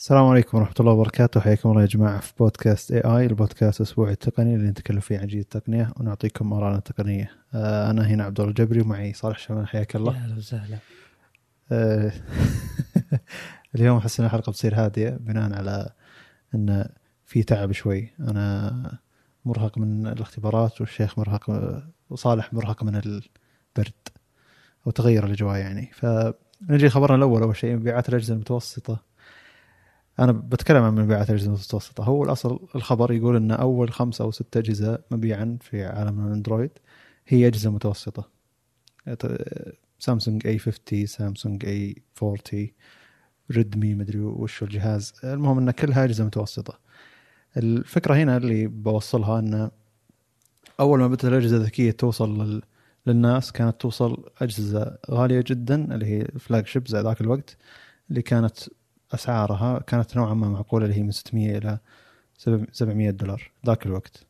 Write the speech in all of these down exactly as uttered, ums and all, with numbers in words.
السلام عليكم ورحمة الله وبركاته. حياكم الله يا جماعة في بودكاست اي اي، البودكاست الأسبوعي التقني اللي نتكلم فيه عن جديد التقنية ونعطيكم آراءنا التقنية. آه أنا هنا عبد الله الجبري ومعي صالح شمال. حياك الله. يا أهلا وسهلا. آه اليوم أحس إن الحلقة بتصير هادية بناء على إن في تعب شوي. أنا مرهق من الاختبارات والشيخ مرهق، وصالح مرهق من البرد أو تغير الأجواء يعني. فنجي خبرنا الأول. أول شيء مبيعات الأجهزة المتوسطة. أنا بتكلم عن مبيعات الأجهزة المتوسطة. هو الأصل الخبر يقول أن أول خمسة أو ستة أجهزة مبيعا في عالم الأندرويد هي أجهزة متوسطة. سامسونج إيه خمسين، سامسونج إيه أربعين، ريدمي، مدري وش الجهاز. المهم أن كلها أجهزة متوسطة. الفكرة هنا اللي بوصلها أن أول ما بدأت الأجهزة الذكية توصل لل... للناس كانت توصل أجهزة غالية جدا اللي هي فلاج شيب زي ذاك الوقت، اللي كانت أسعارها كانت نوعا ما معقولة، اللي هي من ستمية إلى سبعمية دولار ذاك الوقت.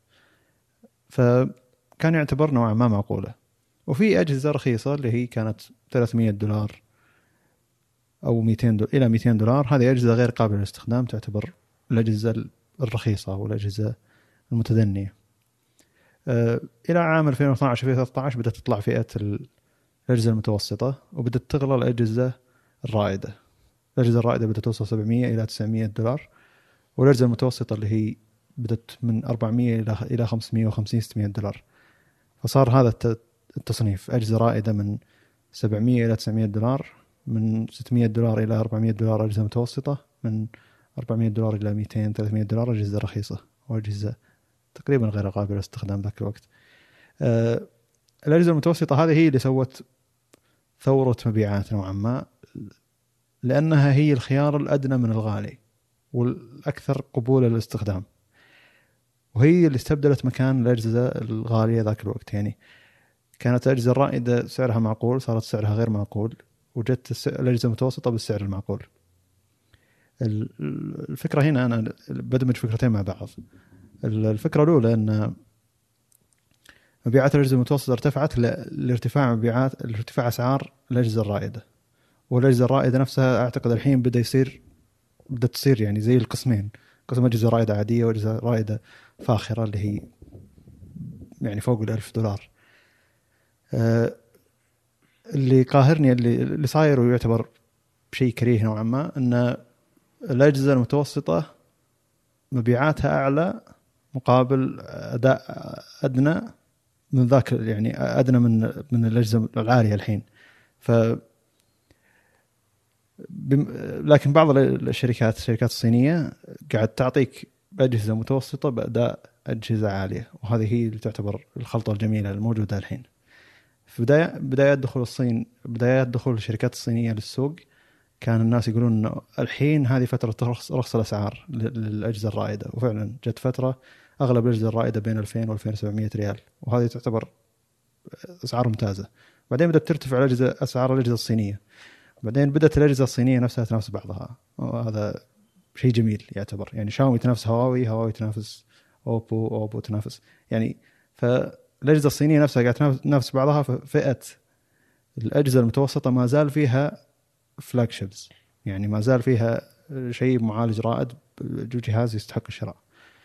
فكان يعتبر نوعا ما معقولة. وفي أجهزة رخيصة اللي هي كانت ثلاثمية دولار أو مئتين دولار إلى مئتين دولار. هذه أجهزة غير قابلة للاستخدام، تعتبر الأجهزة الرخيصة والأجهزة المتدنية. أه إلى عام ألفين واثني عشر ألفين وثلاثة عشر بدأت تطلع فئة الأجهزة المتوسطة، وبدأت تغلى الأجهزة الرائدة. الأجهزة الرائدة بدأت توصل سبعمية إلى تسعمية دولار، والأجهزة المتوسطة اللي هي بدأت من أربعمية إلى إلى خمسمية وخمسين ستمية دولار. فصار هذا التصنيف: أجهزة رائدة من سبعمية إلى تسعمية دولار، من ستمية دولار إلى أربعمية دولار أجهزة متوسطة، من أربعمية دولار إلى مئتين ثلاثمية دولار أجهزة رخيصة وأجهزة تقريبا غير قابلة للاستخدام ذاك الوقت. أه الأجهزة المتوسطة هذه هي اللي سوت ثورة مبيعات نوعا ما، لأنها هي الخيار الأدنى من الغالي والأكثر قبولا للاستخدام، وهي اللي استبدلت مكان الأجهزة الغالية ذاك الوقت. يعني كانت الأجهزة الرائدة سعرها معقول، صارت سعرها غير معقول، وجدت الأجهزة المتوسطة بالسعر المعقول. الفكرة هنا أنا بدمج فكرتين مع بعض. الفكرة الأولى أن مبيعات الأجهزة المتوسطة ارتفعت لارتفاع مبيعات لارتفاع أسعار الأجهزة الرائدة. والأجهزة الرائدة نفسها أعتقد الحين بدأ يصير بدأت تصير يعني زي القسمين: قسم أجهزة رائدة عادية وأجهزة رائدة فاخرة اللي هي يعني فوق الألف دولار. أه اللي قاهرني اللي, اللي صاير ويعتبر شيء كريه نوعا ما أن الأجهزة المتوسطة مبيعاتها أعلى مقابل أداء أدنى من ذاك، يعني أدنى من من الأجهزة العالية الحين. ف لكن بعض الشركات الشركات الصينية قاعد تعطيك أجهزة متوسطة بأداء أجهزة عالية، وهذه هي اللي تعتبر الخلطة الجميلة الموجودة الحين. في بداية بدايات دخول الصين بدايات دخول الشركات الصينية للسوق، كان الناس يقولون إنه الحين هذه فترة رخص رخص الأسعار للأجهزة الرائدة، وفعلا جت فترة أغلب الأجهزة الرائدة بين ألفين وألفين وسبعمية ريال، وهذه تعتبر أسعار ممتازة. بعدين بدأت ترتفع الأجهزة أسعار الأجهزة الصينية، بعدين بدأت الأجهزة الصينية نفسها تنافس بعضها، وهذا شيء جميل يعتبر. يعني شاومي تنافس هواوي، هواوي تنافس أوبو، أوبو تنافس يعني. فالأجهزة الصينية نفسها قاعدة تنافس بعضها. ففئة الأجهزة المتوسطة ما زال فيها فلاج شيبس، يعني ما زال فيها شيء معالج رائد، جهاز يستحق الشراء.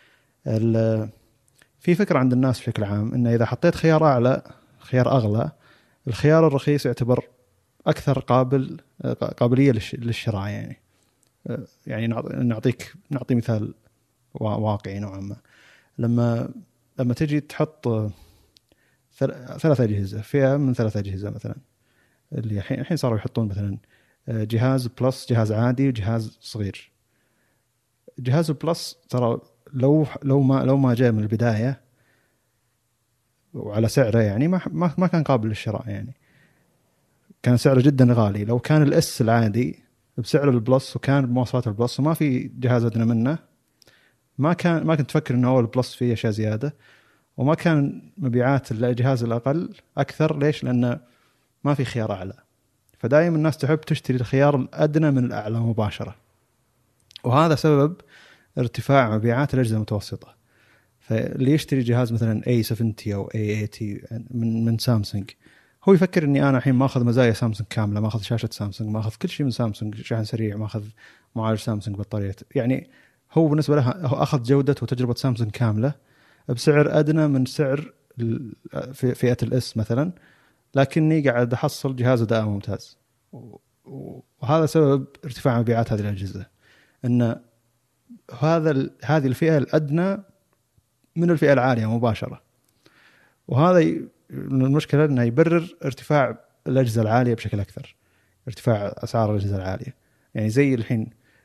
في فكرة عند الناس بشكل عام إن إذا حطيت خيار أعلى خيار أغلى، الخيار الرخيص يعتبر أكثر قابل قابلية للشراء. يعني يعني نعطيك نعطي مثال واقعي نوعا ما. لما لما تجي تحط ثلاث أجهزة، فئة من ثلاث أجهزة مثلا، اللي الحين الحين صاروا يحطون مثلا جهاز بلس، جهاز عادي، وجهاز صغير. جهاز البلس ترى لو لو ما لو ما جاء من البداية وعلى سعره يعني ما ما ما كان قابل للشراء، يعني كان سعره جدا غالي. لو كان الاس العادي بسعر البلس وكان بمواصفات البلس وما في جهاز أدنى منه، ما كان ما كنت تفكر إنه هو البلس فيه أشياء زيادة، وما كان مبيعات الجهاز الأقل أكثر. ليش؟ لأنه ما في خيار أعلى. فدائما الناس تحب تشتري الخيار الأدنى من الأعلى مباشرة، وهذا سبب ارتفاع مبيعات الأجهزة المتوسطة. فاللي يشتري جهاز مثلا إيه سبعين أو إيه ثمانين من من سامسونج هو يفكر اني انا الحين ماخذ مزايا سامسونج كامله، ماخذ شاشه سامسونج، ماخذ كل شيء من سامسونج، شحن سريع، ماخذ معالج سامسونج، بطاريه. يعني هو بالنسبه له هو اخذ جوده وتجربه سامسونج كامله بسعر ادنى من سعر في فئه الاس مثلا، لكني قاعد احصل جهاز اداء ممتاز. وهذا سبب ارتفاع مبيعات هذه الاجهزه، ان هذا هذه الفئه الادنى من الفئه العاليه مباشره. وهذا المشكله انه يبرر ارتفاع الاجهزه العاليه بشكل اكثر، ارتفاع اسعار الاجهزه العاليه. يعني زي الحين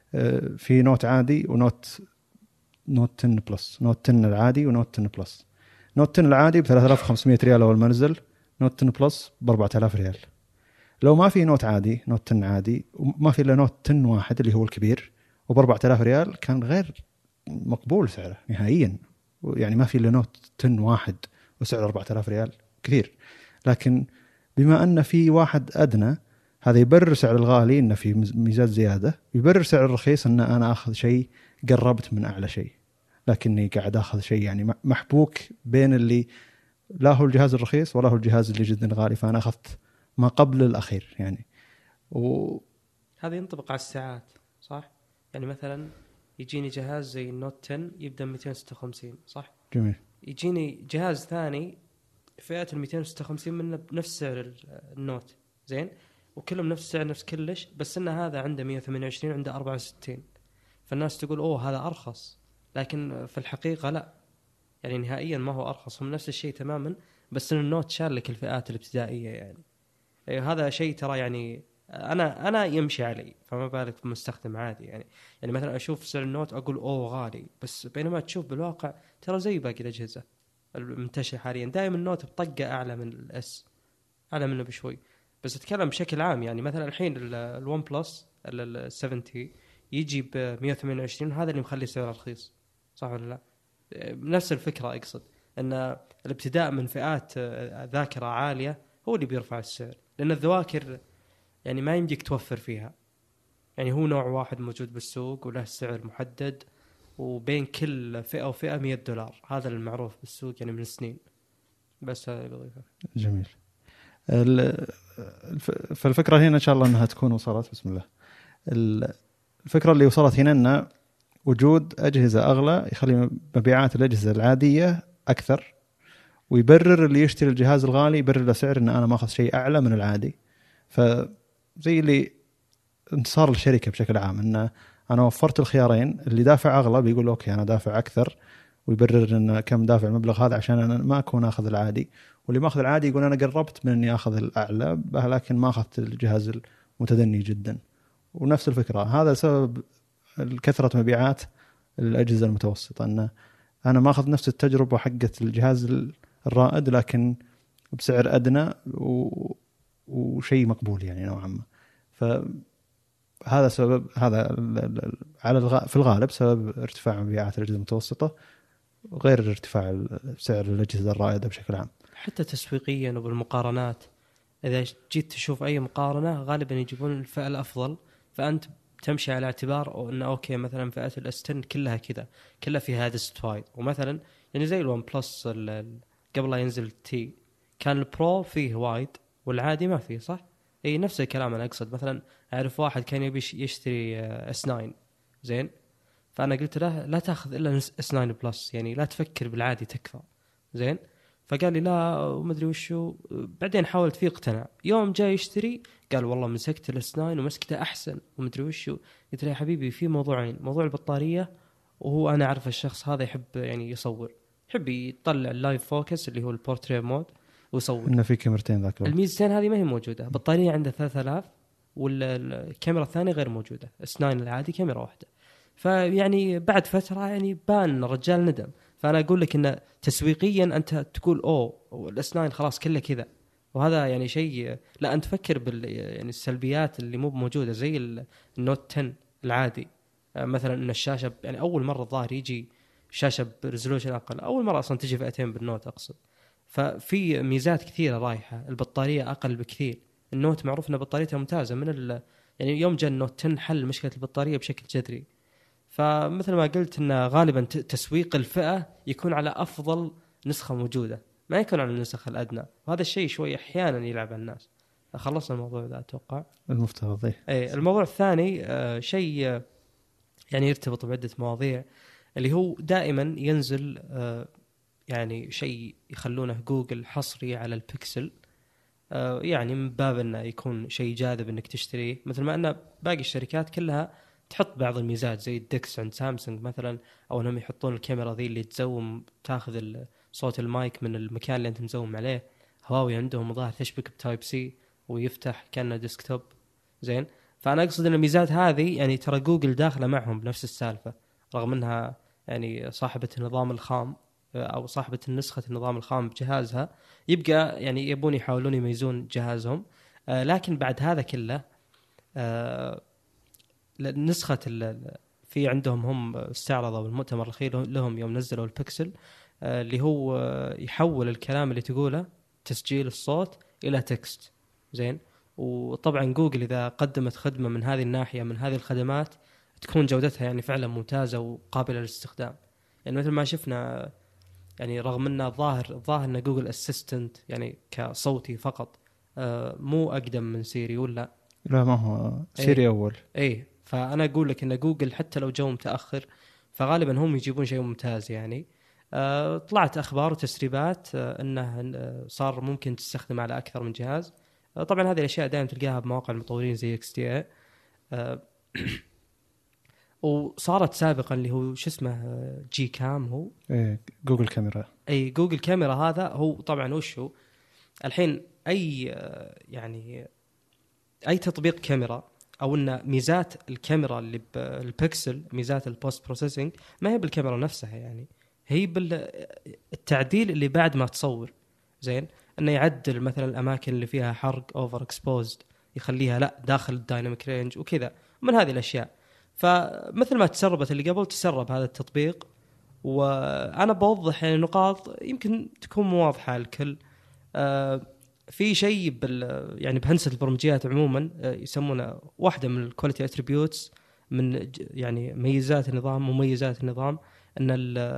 في نوت عادي ونوت نوت عشرة بلس، نوت عشرة العادي ونوت عشرة بلس. نوت عشرة العادي ب ثلاثة آلاف وخمسمائة ريال اول ما نزل، نوت عشرة بلس ب أربعة آلاف ريال. لو ما في نوت عادي، نوت عشرة عادي، وما في الا نوت عشرة واحد اللي هو الكبير وب أربعة آلاف ريال، كان غير مقبول سعره نهائيا. يعني ما في الا نوت عشرة واحد وسعره أربعة آلاف ريال، كثير. لكن بما أن في واحد أدنى، هذا يبرر سعر الغالي إنه في ميزات زيادة، يبرر سعر الرخيص إن أنا أخذ شيء قربت من أعلى شيء، لكني قاعد أخذ شيء يعني محبوك بين اللي لا هو الجهاز الرخيص ولا هو الجهاز اللي جدا غالي، فأنا أخذت ما قبل الأخير يعني. و... هذا ينطبق على الساعات صح؟ يعني مثلا يجيني جهاز زي النوت عشرة يبدأ مئتين وستة وخمسين صح؟ جميل. يجيني جهاز ثاني فئة ال مئتين وستة وخمسين منه بنفس سعر النوت زين، وكلهم نفس السعر نفس كلش، بس إن هذا عنده مئة وثمانية وعشرين عنده أربعة وستين، فالناس تقول أوه هذا أرخص، لكن في الحقيقة لا، يعني نهائيا ما هو أرخص، هم نفس الشيء تماما، بس إن النوت شال لك الفئات الابتدائية يعني. أيه هذا شيء ترى يعني أنا أنا يمشي علي، فما بالك بمستخدم عادي يعني. يعني مثلا أشوف سعر النوت أقول أوه غالي، بس بينما تشوف بالواقع ترى زي باقي الأجهزة المنتشر حاليا، دائما النوت بطقة أعلى من الأس، أعلى منه بشوي. بس أتكلم بشكل عام، يعني مثلا الحين الون بلس ال سبعين يجي ب مئة وثمانية وعشرين، هذا اللي مخلي سعره رخيص صح ولا لا؟ نفس الفكرة، أقصد أن الابتداء من فئات ذاكرة عالية هو اللي بيرفع السعر، لأن الذواكر يعني ما يمديك توفر فيها، يعني هو نوع واحد موجود بالسوق وله سعر محدد، وبين كل فئة وفئة مئة دولار، هذا المعروف بالسوق يعني من سنين. بس هذا بضيفه. جميل. فالفكرة هنا إن شاء الله أنها تكون وصلت. بسم الله. الفكرة اللي وصلت هنا أن وجود أجهزة أغلى يخلي مبيعات الأجهزة العادية أكثر، ويبرر اللي يشتري الجهاز الغالي يبرر له سعر أن أنا ماخذ شيء أعلى من العادي. فزي اللي انتصار الشركة بشكل عام، أن أنا وفرت الخيارين، اللي دافع أغلى بيقول أوكي أنا دافع أكثر، ويبرر أن كم دافع المبلغ هذا عشان أنا ما أكون أخذ العادي، واللي ما أخذ العادي يقول أنا قربت من أني أخذ الأعلى لكن ما أخذت الجهاز المتدني جدا. ونفس الفكرة، هذا سبب كثرة مبيعات الأجهزة المتوسطة، أن أنا ما أخذ نفس التجربة حقة الجهاز الرائد لكن بسعر أدنى و... وشيء مقبول يعني نوعا ما. فهذا سبب، هذا على الغ... في الغالب سبب ارتفاع مبيعات الأجهزة المتوسطة، غير ارتفاع سعر الأجهزة الرائدة بشكل عام. حتى تسويقيا وبالمقارنات، إذا جيت تشوف أي مقارنة غالبا يجيبون الفئة الأفضل، فأنت تمشي على اعتبار أن أوكي مثلا فئة الأستن كلها كذا، كلها فيها هذا ستوايد. ومثلا يعني زي الون بلس قبل لا ينزل تي كان البرو فيه وايد والعادي ما فيه صح؟ اي نفس الكلام. انا اقصد مثلا اعرف واحد كان يبي يشتري اس تسعة زين، فانا قلت له لا تاخذ الا اس تسعة بلس، يعني لا تفكر بالعادي تكفى زين. فقال لي لا وما ادري وشو، بعدين حاولت فيه اقتنع، يوم جاي يشتري قال والله مسكت الاس تسعة ومسكته احسن وما ادري وشو. قلت له يا حبيبي في موضوعين، موضوع البطاريه، وهو انا اعرف الشخص هذا يحب يعني يصور، يحب يطلع اللايف فوكس اللي هو البورتريه مود ويصور، إنه في كاميرتين ذاك الميزتين هذه ما هي موجوده. بطاريه عنده ثلاثة آلاف والكاميرا الثانيه غير موجوده، اس تسعة العادي كاميرا واحده. فيعني بعد فتره يعني بان الرجال ندم. فانا اقول لك ان تسويقيا انت تقول اوه الاس تسعة خلاص كله كذا، وهذا يعني شيء لا، انت تفكر بال يعني السلبيات اللي مو موجوده زي النوت عشرة العادي. مثلا ان الشاشه يعني اول مره الظاهر يجي شاشه بريزولوشن اقل، اول مره اصلا تجي فئتين بالنوت اقصد. ففي ميزات كثيره رايحه، البطاريه اقل بكثير. النوت معروف ان بطاريته ممتازه من ال... يعني يوم جاء النوت عشرة حل مشكله البطاريه بشكل جذري. فمثل ما قلت ان غالبا تسويق الفئه يكون على افضل نسخه موجوده، ما يكون على النسخ الأدنى، وهذا الشيء شوي أحيانا يلعب على الناس. خلصنا الموضوع ذا أتوقع. المفترض إيه. أي الموضوع الثاني آه شيء آه يعني يرتبط بعدة مواضيع، اللي هو دائما ينزل آه يعني شيء يخلونه جوجل حصري على البيكسل، آه يعني من باب انه يكون شيء جاذب انك تشتريه، مثل ما ان باقي الشركات كلها تحط بعض الميزات زي الدكس عند سامسونج مثلا، او انهم يحطون الكاميرا ذي اللي تزوم تاخذ صوت المايك من المكان اللي انت مزوم عليه. هواوي عندهم ظاهر تشبك بتايب سي ويفتح كأنه ديسكتوب. زين، فانا اقصد ان الميزات هذه يعني ترى جوجل داخله معهم بنفس السالفه، رغم انها يعني صاحبه النظام الخام او صاحبه نسخه النظام الخام بجهازها، يبقى يعني يبون يحاولون يميزون جهازهم. آه لكن بعد هذا كله آه نسخه في عندهم هم استعرضوا بالمؤتمر الاخير لهم يوم نزلوا البكسل آه اللي هو يحول الكلام اللي تقوله تسجيل الصوت الى تكست. زين، وطبعا جوجل اذا قدمت خدمه من هذه الناحيه من هذه الخدمات تكون جودتها يعني فعلا ممتازه وقابله للاستخدام. يعني مثل ما شفنا، يعني رغم ان الظاهر الظاهر ان جوجل اسيستنت يعني كصوتي فقط آه مو اقدم من سيري ولا لا، ما هو سيري ايه اول. ايه فانا اقول لك ان جوجل حتى لو جو متاخر فغالبا هم يجيبون شيء ممتاز. يعني آه طلعت اخبار وتسريبات آه انه آه صار ممكن تستخدم على اكثر من جهاز. آه طبعا هذه الاشياء دائما تلقاها بمواقع المطورين زي اكس تي اي. آه وصارت سابقا اللي هو شو اسمه جي كام، هو إيه جوجل كاميرا. اي جوجل كاميرا هذا هو طبعا وش هو الحين اي يعني اي تطبيق كاميرا او ان ميزات الكاميرا اللي بالبكسل ميزات البوست بروسيسنج ما هي بالكاميرا نفسها، يعني هي بالتعديل اللي بعد ما تصور. زين، انه يعدل مثلا الاماكن اللي فيها حرق اوفر اكسبوزد يخليها لا داخل الدايناميك رينج وكذا من هذه الاشياء. فمثل ما تسربت اللي قبل تسرب هذا التطبيق، وانا بوضح يعني نقاط يمكن تكون مو واضحه الكل. آه في شيء بال يعني بهندسه البرمجيات عموما آه يسمونه واحده من الكواليتي اتريبيوتس من يعني ميزات النظام مميزات النظام، ان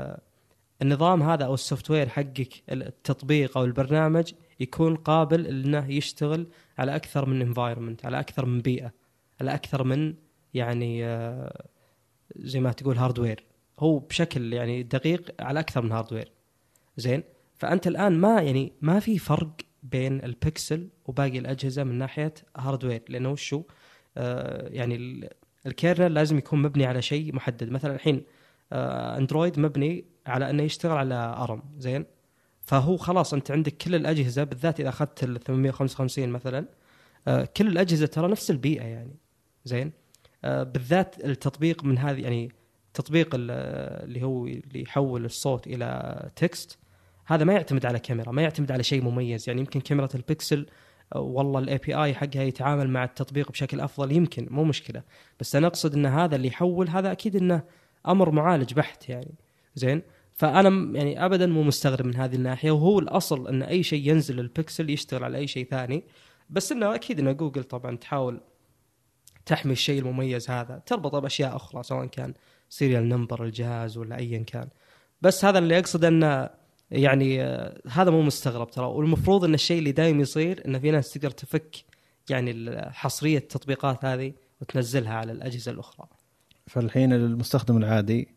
النظام هذا او السوفت وير حقك التطبيق او البرنامج يكون قابل انه يشتغل على اكثر من انفايرمنت، على اكثر من بيئه، على اكثر من يعني آه زي ما تقول هاردوير، هو بشكل يعني دقيق على اكثر من هاردوير. زين، فانت الان ما يعني ما في فرق بين البكسل وباقي الاجهزه من ناحيه هاردوير، لانه شو آه يعني الكيرنل لازم يكون مبني على شيء محدد. مثلا الحين آه اندرويد مبني على انه يشتغل على ارم. زين، فهو خلاص انت عندك كل الاجهزه بالذات اذا اخذت ال ثمانمائة وخمسة وخمسين مثلا آه كل الاجهزه ترى نفس البيئه يعني. زين، آه بالذات التطبيق من هذه يعني تطبيق اللي هو اللي يحول الصوت الى تكست، هذا ما يعتمد على كاميرا، ما يعتمد على شيء مميز. يعني يمكن كاميرا البكسل والله الاي بي اي حقها يتعامل مع التطبيق بشكل افضل، يمكن مو مشكله، بس انا اقصد ان هذا اللي يحول هذا اكيد انه امر معالج بحت يعني. زين، فانا يعني ابدا مو مستغرب من هذه الناحيه، وهو الاصل ان اي شيء ينزل البكسل يشتغل على اي شيء ثاني، بس انه اكيد ان جوجل طبعا تحاول تحمي الشيء المميز هذا، تربطه باشياء اخرى سواء كان سيريال نمبر الجهاز ولا ايا كان. بس هذا اللي اقصد انه يعني هذا مو مستغرب ترى، والمفروض ان الشيء اللي دايم يصير ان في ناس تقدر تفك يعني حصريه التطبيقات هذه وتنزلها على الاجهزه الاخرى. فالحين المستخدم العادي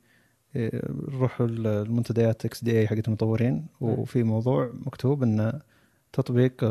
روحوا المنتديات اكس دي اي حقت المطورين وفي موضوع مكتوب ان تطبيق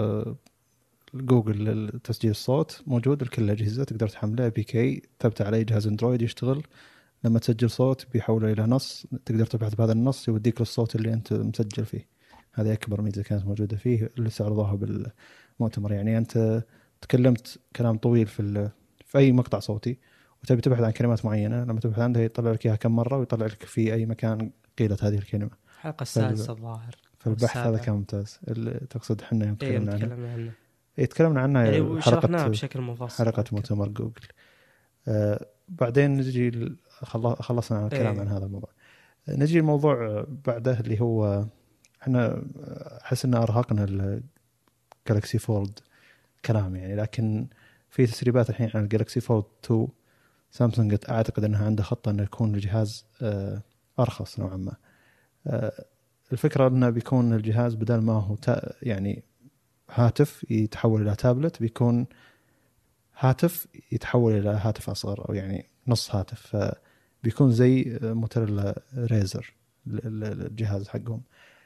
جوجل لتسجيل الصوت موجود لكل الاجهزه، تقدر تحمله بي كي ثبته على اي جهاز اندرويد يشتغل. لما تسجل صوت بيحوله الى نص، تقدر تبحث بهذا النص يوديك للصوت اللي انت مسجل فيه. هذه اكبر ميزه كانت موجوده فيه اللي استعرضوها بالمؤتمر. يعني انت تكلمت كلام طويل في في اي مقطع صوتي وتبي تبحث عن كلمات معينه، لما تبحث عنها يطلع لك اياها كم مره ويطلع لك في اي مكان قيلت هذه الكلمه. الحلقه السادسه الظاهر، فالبحث هذا كان ممتاز. اللي تقصد احنا يوم تكلمنا إيه عنه عنه ايه تكلمنا عنه يعني حلقه بشكل مفصل حلقه مؤتمر جوجل. آه بعدين نجي خلصنا عن الكلام إيه. عن هذا الموضوع، نجي الموضوع بعده اللي هو احنا احس ان ارهقنا الجالكسي فولد كلام يعني، لكن في تسريبات الحين عن الجالكسي فولد تو. سامسونج اعتقد انها عنده خطه انه يكون الجهاز ارخص نوعا ما. الفكرة أنه بيكون الجهاز بدل ما هو تا يعني هاتف يتحول إلى تابلت، بيكون هاتف يتحول إلى هاتف أصغر، أو يعني نص هاتف، فبيكون زي موتوريلا ريزر الجهاز حقهم.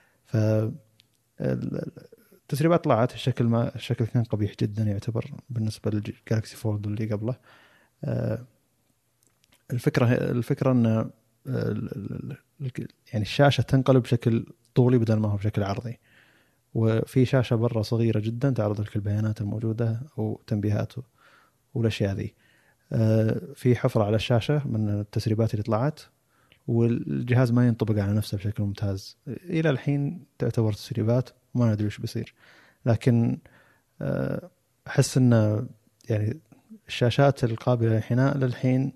فالتسريبات طلعت الشكل ما الشكل كان قبيح جدا يعتبر بالنسبة للجالكسي فولد اللي قبله. الفكرة الفكرة أن يعني الشاشة تنقلب بشكل طولي بدل ما هو بشكل عرضي، وفي شاشة برا صغيرة جدا تعرض لك البيانات الموجودة أو تنبيهات والأشياء ذي. في حفرة على الشاشة من التسريبات اللي طلعت، والجهاز ما ينطبق على نفسه بشكل ممتاز. إلى الحين تعتبر تسريبات وما ندري وش بيصير، لكن أحس أن يعني الشاشات القابلة للحناء للحين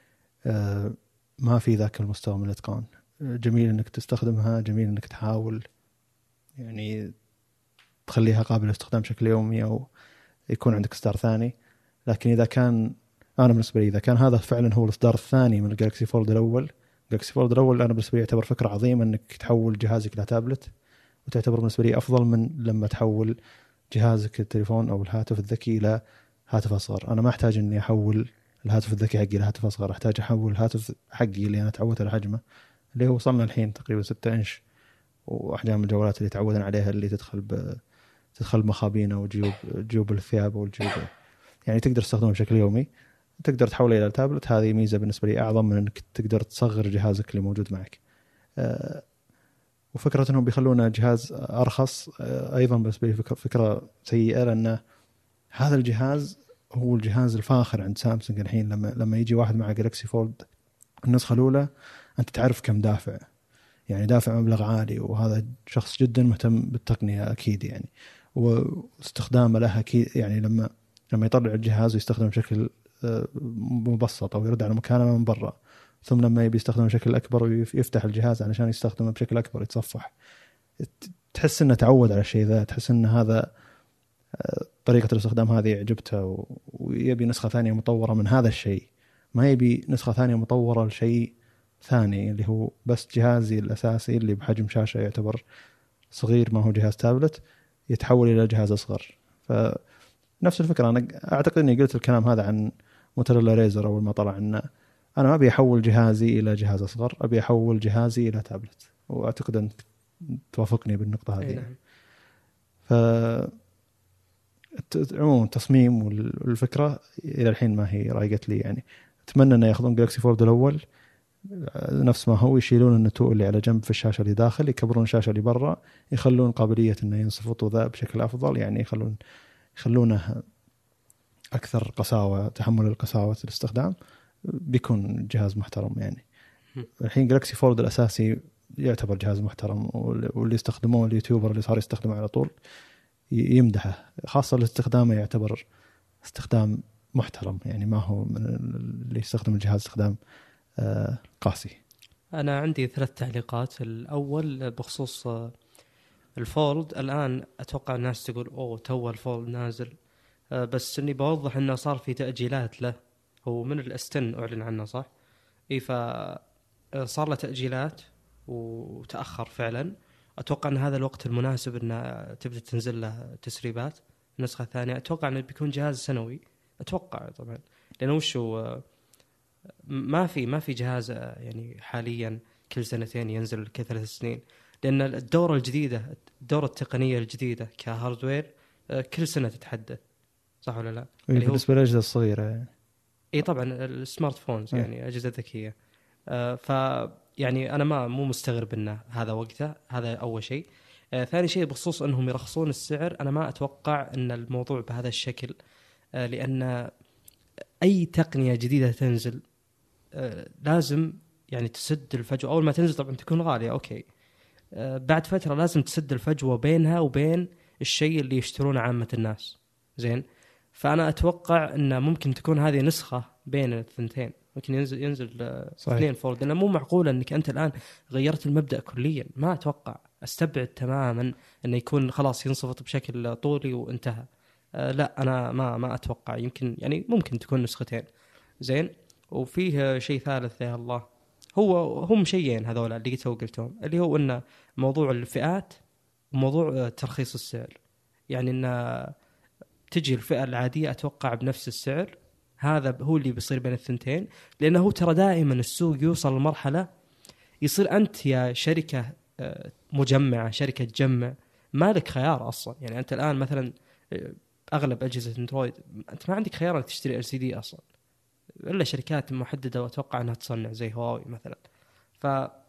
ما في ذاك المستوى من الإتقان. جميل أنك تستخدمها، جميل أنك تحاول يعني تخليها قابلة للاستخدام بشكل يومي أو يكون عندك إصدار ثاني، لكن إذا كان أنا بالنسبة لي إذا كان هذا فعلا هو الإصدار الثاني من الجالكسي فولد الأول، الجالكسي فولد الأول أنا بالنسبة لي يعتبر فكرة عظيمة أنك تحول جهازك إلى تابلت، وتعتبر بالنسبة لي أفضل من لما تحول جهازك التليفون أو الهاتف الذكي إلى هاتف أصغر. أنا ما أحتاج أني أحول الهاتف الذكي حقي إلى هاتف أصغر، أحتاج أحول الهاتف حقي اللي أنا تعودت على حجمه اللي هو وصلنا الحين تقريبا ستة إنش، وأحجام الجوالات اللي تعودنا عليها اللي تدخل ب تدخل مخابينه وجيوب جيوب الثياب والجيوب، يعني تقدر تستخدمه بشكل يومي، تقدر تحوله إلى تابلت. هذه ميزة بالنسبة لي أعظم من أنك تقدر تصغر جهازك اللي موجود معك. أه وفكرة أنهم بيخلونه جهاز أرخص أه أيضا بالنسبة لي فكرة, فكرة سيئة، لأن هذا الجهاز هو الجهاز الفاخر عند سامسونج الحين. لما لما يجي واحد مع جالكسي فولد النسخة الأولى أنت تعرف كم دافع، يعني دافع مبلغ عالي، وهذا شخص جدا مهتم بالتقنية أكيد يعني، واستخدامه لها أكيد يعني لما لما يطلع الجهاز ويستخدم بشكل مبسط أو يرد على مكالمة من برا، ثم لما يبي يستخدمه بشكل أكبر ويفتح الجهاز علشان يستخدمه بشكل أكبر يتصفح، تحس إنه تعود على الشيء ذا، تحس إن هذا طريقة الاستخدام هذه عجبته، ويبي نسخة ثانية مطورة من هذا الشيء، ما يبي نسخة ثانية مطورة لشيء ثاني اللي هو بس جهازي الأساسي اللي بحجم شاشة يعتبر صغير ما هو جهاز تابلت يتحول إلى جهاز أصغر. فنفس الفكرة أنا أعتقد أني قلت الكلام هذا عن موتوريلا ريزر أول ما طلع، أن أنا ما أبي أحول جهازي إلى جهاز أصغر، أبي أحول جهازي إلى تابلت، وأعتقد أن توافقني بالنقطة هذه. نعم. ف عموما التصميم والفكرة إلى الحين ما هي رايقت لي، يعني أتمنى أن يأخذون جالكسي فولد الأول نفس ما هو، يشيلون النتوء اللي على جنب في الشاشة اللي داخل، يكبرون الشاشة اللي برا، يخلون قابلية إنه ينصفط ذا بشكل أفضل، يعني يخلون يخلونه أكثر قساوة، تحمل القساوة الاستخدام، بيكون جهاز محترم. يعني الحين جالكسي فولد الأساسي يعتبر جهاز محترم، واللي يستخدموه اليوتيوبر اللي صار يستخدمه على طول يمدحه، خاصة الاستخدامه يعتبر استخدام محترم، يعني ما هو من اللي يستخدم الجهاز استخدام آه قاسي. أنا عندي ثلاث تعليقات. الأول بخصوص الفولد، الآن أتوقع الناس تقول أوه تو الفولد نازل، آه بس إني بوضح إنه صار في تأجيلات له، هو من الأستن أعلن عنه صح؟ إيه، فصار له تأجيلات وتأخر فعلا. أتوقع أن هذا الوقت المناسب أن تبدأ تنزل له تسريبات. النسخة الثانية أتوقع أنه بيكون جهاز سنوي، أتوقع طبعا، لأنه وشو ما في ما في جهاز يعني حاليا كل سنتين ينزل كل ثلاث سنين، لأن الدورة الجديدة الدورة التقنية الجديدة كهاردوير كل سنة تتحدث، صح ولا لا؟ اللي بالنسبة للأجهزة الصغيرة يعني. إيه طبعا السمارت فونز يعني أجهزة ذكية. آه ف يعني أنا ما مو مستغرب إنه هذا وقته، هذا أول شيء. آه ثاني شيء بخصوص أنهم يرخصون السعر، أنا ما أتوقع أن الموضوع بهذا الشكل، آه لأن أي تقنية جديدة تنزل آه لازم يعني تسد الفجوة. أول ما تنزل طبعا تكون غالية أوكي، آه بعد فترة لازم تسد الفجوة بينها وبين الشيء اللي يشترونه عامة الناس، زين. فأنا أتوقع أن ممكن تكون هذه نسخة بين الثنتين، ممكن ينزل ينزل اثنين فولد، لأنه مو معقول أنك أنت الآن غيرت المبدأ كليا. ما أتوقع، أستبعد تماما أنه يكون خلاص ينصفط بشكل طولي وانتهى. أه لا أنا ما ما أتوقع، يمكن يعني ممكن تكون نسختين، زين. وفيه شيء ثالث يا الله، هو هم شيئين هذول اللي تو قلتهم، اللي هو إنه موضوع الفئات وموضوع ترخيص السعر. يعني إن تجي الفئة العادية أتوقع بنفس السعر، هذا هو اللي بيصير بين الثنتين. لأنه هو ترى دائما السوق يوصل لمرحلة يصير أنت يا شركة مجمعة، شركة تجمع، مالك خيار أصلا. يعني أنت الآن مثلا أغلب أجهزة اندرويد أنت ما عندك خيار أنك تشتري إل سي دي أصلا، إلا شركات محددة وأتوقع أنها تصنع زي هواوي مثلا. ف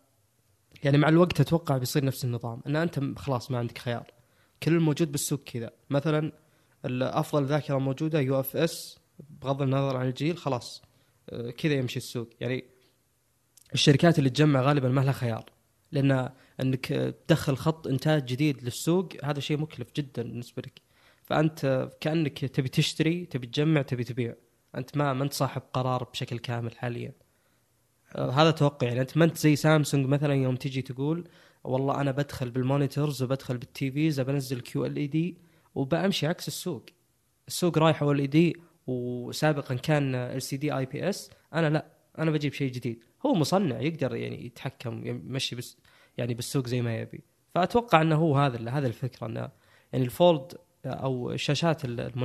يعني مع الوقت أتوقع بيصير نفس النظام، أن أنت خلاص ما عندك خيار، كل الموجود بالسوق كذا. مثلا الأفضل ذاكرة موجودة يو اف اس، بغض النظر عن الجيل خلاص كذا يمشي السوق. يعني الشركات اللي تجمع غالبا ما لها خيار، لأن أنك تدخل خط إنتاج جديد للسوق هذا شيء مكلف جدا بالنسبة لك. فأنت كأنك تبي تشتري، تبي تجمع، تبي تبيع، أنت ما ما أنت صاحب قرار بشكل كامل حاليا. آه هذا توقع. يعني أنت ما أنت زي سامسونج مثلا يوم تيجي تقول والله أنا بدخل بالمونيتورز وبدخل بالتيفيز بنزل كيو ال اي دي وبأمشي عكس السوق. السوق رايح ال اي دي، وسابقا كان ال سي دي اي بي اس. أنا لا، أنا بجيب شيء جديد. هو مصنع يقدر يعني يتحكم يمشي بس يعني بالسوق زي ما يبي. فأتوقع أنه هو هذا هذا الفكرة، أنه يعني الفولد أو الشاشات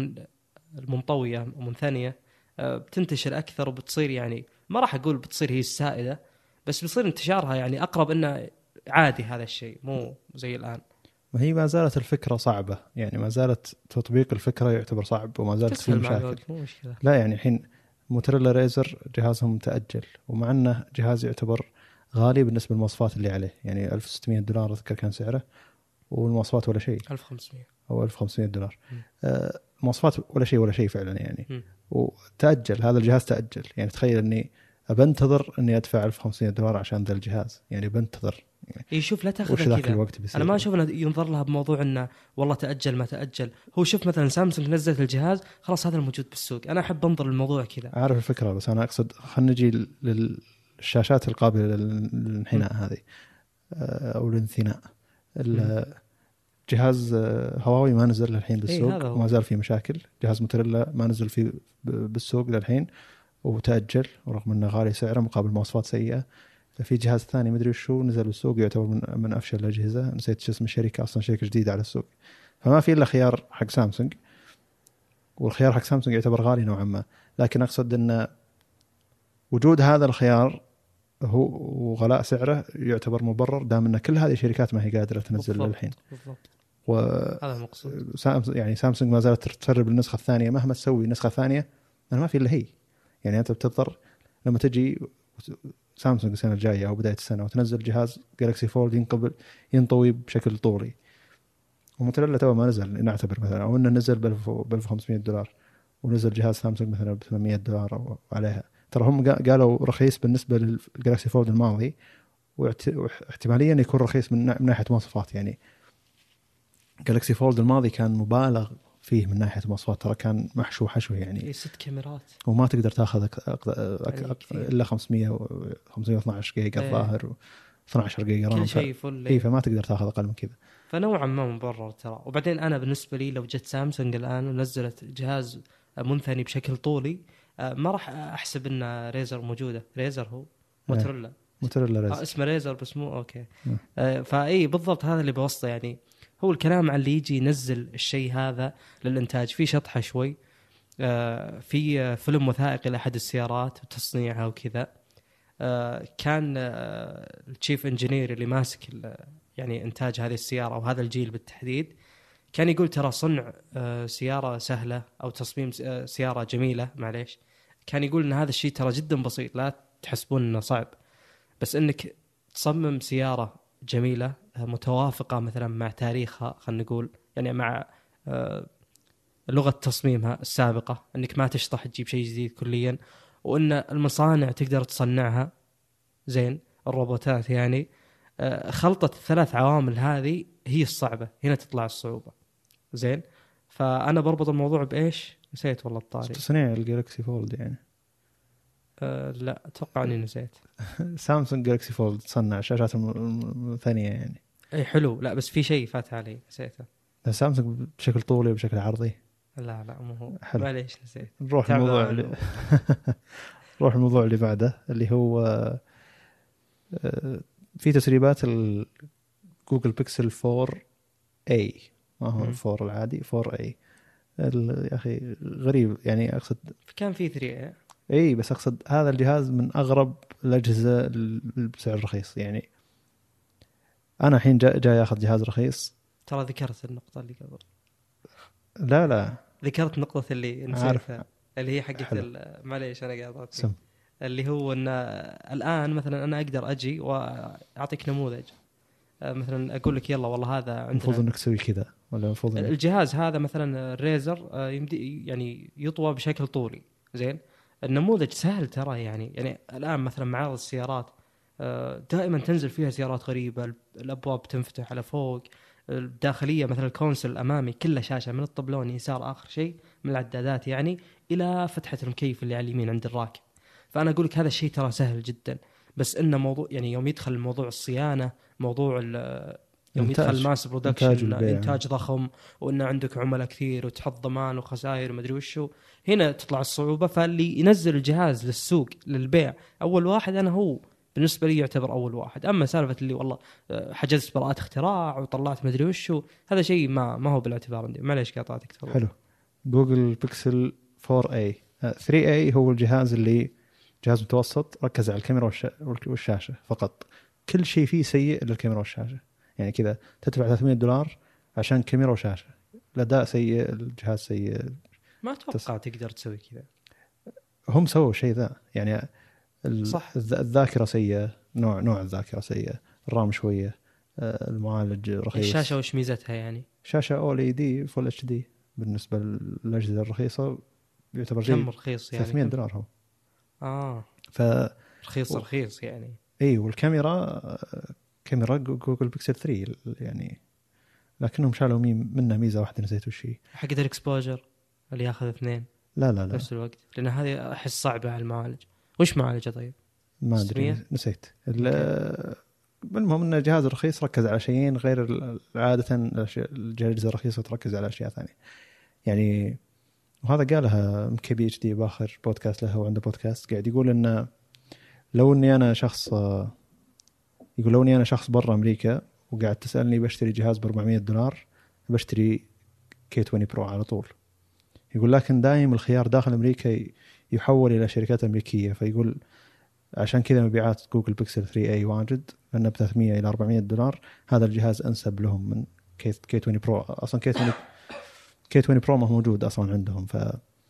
المنطوية ومنثنية بتنتشر أكثر وبتصير، يعني ما راح أقول بتصير هي السائدة، بس بيصير انتشارها يعني أقرب إنه عادي هذا الشيء، مو زي الآن. وهي ما زالت الفكرة صعبة، يعني ما زالت تطبيق الفكرة يعتبر صعب وما زالت في مشاكل. لا يعني الحين موتوريلا ريزر جهازهم تأجل، ومع أنه جهاز يعتبر غالي بالنسبة للمواصفات اللي عليه، يعني ألف وستمائة دولار أذكر كان سعره، والمواصفات ولا شيء، ألف وخمسمائة أو ألف وخمسمائة دولار. آه مواصفات ولا شيء ولا شيء فعلا يعني. م. وتأجل هذا الجهاز، تأجل. يعني تخيل أني أبنتظر أني أدفع ألف وخمسمائة دولار عشان ذا الجهاز، يعني بنتظر. يعني يشوف لا تاخذ كذا. أنا ما أشوف أنه ينظر لها بموضوع أنه والله تأجل ما تأجل. هو شوف مثلا سامسونج نزلت الجهاز خلاص هذا الموجود بالسوق. أنا أحب أنظر الموضوع كذا. أعرف الفكرة، بس أنا أقصد خلينا نجي للشاشات القابلة للانحناء هذه أو الانثناء. جهاز هواوي ما نزل للحين بالسوق، إيه وما زال فيه مشاكل. جهاز موتوريلا ما نزل فيه بالسوق للحين وتأجل، ورغم أنه غالي سعره مقابل مواصفات سيئة. في جهاز ثاني مدري وشو نزل بالسوق يعتبر من, من أفشل الأجهزة، نسيت شو اسم الشركة أصلا، شركة جديدة على السوق. فما في إلا خيار حق سامسونج، والخيار حق سامسونج يعتبر غالي نوعا ما. لكن أقصد أن وجود هذا الخيار هو وغلاء سعره يعتبر مبرر، دام أن كل هذه الشركات ما هي قادرة تنزل للحين. بالضبط. هذا المقصود. سامسونج يعني سامسونج ما زالت تسرب النسخة الثانية، مهما تسوي نسخة ثانية أنا ما في إلا هي. يعني أنت بتضطر لما تجي سامسونج السنة الجاية أو بداية السنة وتنزل جهاز جالكسي فولد ينقبل ينطوي بشكل طولي، وموتوريلا تو ما نزل نعتبر مثلا، أو إنه نزل بألف وخمسمائة دولار ونزل جهاز سامسونج مثلا بثمانمائة دولار أو عليها. ترى هم قالوا رخيص بالنسبة للجالكسي فولد الماضي، واحتماليا يكون رخيص من ناحية مواصفات. يعني جالكسي فولد الماضي كان مبالغ فيه من ناحية مواصفات، ترى كان محشو حشو يعني ست كاميرات وما تقدر تاخذ أك... أك... أك... أك... إلا خمسمائة خمسمائة واثناشر جيجا الظاهر واثني عشر جيجا رام، ف... إيه فما تقدر تاخذ أقل من كذا. فنوعا ما مبرر ترى. وبعدين أنا بالنسبة لي لو جت سامسونج الآن ونزلت جهاز منثني بشكل طولي ما راح أحسب إن ريزر موجودة. ريزر هو موتوريلا موتوريلا ريزر. آه اسمه ريزر بس مو أوكي. آه فأي بالضبط هذا اللي بوصله. يعني هو الكلام عن اللي يجي ينزل الشيء هذا للإنتاج في شطحة شوي. آه في فيلم وثائقي لأحد السيارات وتصنيعها وكذا. آه كان آه الشيف انجينير اللي ماسك يعني إنتاج هذه السيارة وهذا الجيل بالتحديد كان يقول ترى صنع آه سيارة سهلة أو تصميم آه سيارة جميلة معليش. كان يقول إن هذا الشيء ترى جدا بسيط، لا تحسبون إنه صعب، بس إنك تصمم سيارة جميلة متوافقة مثلا مع تاريخها، خلينا نقول يعني مع آه لغة تصميمها السابقة، إنك ما تشطح تجيب شيء جديد كليا، وإن المصانع تقدر تصنعها زين الروبوتات. يعني آه خلطة الثلاث عوامل هذه هي الصعبة، هنا تطلع الصعوبة زين. فأنا بربط الموضوع بإيش نسيت والله الطاري. تصنيع الجالكسي فولد يعني أه لا أتوقع أني نسيت. سامسونج جالكسي فولد تصنع شاشات ثانية يعني. أي حلو. لا بس في شيء فات علي نسيته. سامسونج بشكل طولي وبشكل عرضي. لا لا مو هو. معليش نسيت. نروح الموضوع اللي نروح الموضوع اللي بعده اللي هو في تسريبات الجوجل بيكسل فور اي، ما هو فور العادي، فور اي يا اخي غريب يعني. اقصد كان في ثري اي، بس اقصد هذا الجهاز من اغرب الاجهزه بسعر رخيص. يعني انا الحين جاي جاي اخذ جهاز رخيص. ترى ذكرت النقطه اللي قبل. لا لا ذكرت نقطه اللي نسيتها، اللي هي حقت معليش انا قاطعت سم. اللي هو ان الان مثلا انا اقدر اجي واعطيك نموذج، مثلا اقول لك يلا والله هذا عندنا المفروض انك تسوي كذا ولا المفروض إنك... الجهاز هذا مثلا الريزر يمدي يعني يطوى بشكل طولي. زين النموذج سهل ترى، يعني يعني الان مثلا معارض السيارات دائما تنزل فيها سيارات غريبه، الابواب تنفتح على فوق، الداخليه مثلا الكونسل الامامي كله شاشه من الطبلون يسار اخر شيء من العدادات يعني الى فتحه المكيف اللي على اليمين عند الراكب. فانا اقول لك هذا الشيء ترى سهل جدا، بس انه موضوع يعني يوم يدخل موضوع الصيانه، موضوع يوم يدخل ماس برودكشن، إنتاج, إنتاج ضخم، وإن عندك عملاء كثير وتحط ضمان وخسائر ومدري وشو، هنا تطلع الصعوبة. فاللي ينزل الجهاز للسوق للبيع أول واحد أنا هو بالنسبة لي يعتبر أول واحد. أما سالفة اللي والله حجزت براءة اختراع وطلعت مدري وشو، هذا شيء ما ما هو بالاعتبار عندي. معليش قاطعتك تفضل. حلو. جوجل بيكسل فور اي ثري اي هو الجهاز اللي جهاز متوسط، ركز على الكاميرا والشاشة فقط. كل شيء فيه سيء إلا الكاميرا والشاشة. يعني كذا تدفع ثلاثمية دولار عشان كاميرا وشاشة، الأداء سيء، الجهاز سيء. ما أتوقع تس... تقدر تسوي كذا. هم سووا شيء ذا يعني. صح. الذاكرة سيئة، نوع نوع الذاكرة سيئة، الرام شوية، المعالج رخيص. الشاشة وش ميزتها يعني؟ شاشة أو إل إي دي فول اتش دي بالنسبة للأجهزة الرخيصة يعتبر شيء. كم رخيص يعني؟ ثلاثمية دولار هو. آه. ف رخيص و... رخيص يعني. اي، والكاميرا كاميرا جوجل بيكسل ثري يعني، لكنهم شالوا مين منها ميزه واحده نسيت وش هي، حق الاكسبوجر اللي ياخذ اثنين. لا لا لا نفس الوقت، لان هذه احس صعبه على المعالج. وش معالجه طيب؟ ما ادري نسيت. المهم ان الجهاز رخيص، ركز على شيئين غير عاده الجهاز الرخيصه تركز على اشياء ثانيه يعني. وهذا قالها ام كي بي اتش دي باخر بودكاست له، وعنده بودكاست قاعد يقول انه لو اني انا شخص يقول لو اني انا شخص برا امريكا وقاعد تسالني بشتري جهاز ب أربعمية دولار، بشتري كي عشرين برو على طول. يقول لكن دائم الخيار داخل امريكا يحول الى شركات امريكيه، فيقول عشان كذا مبيعات جوجل بيكسل ثري اي واجد، لانه ب ثلاثمية الى أربعمية دولار هذا الجهاز انسب لهم من كي عشرين برو. اصلا كي عشرين كي عشرين برو ما هو موجود اصلا عندهم. ف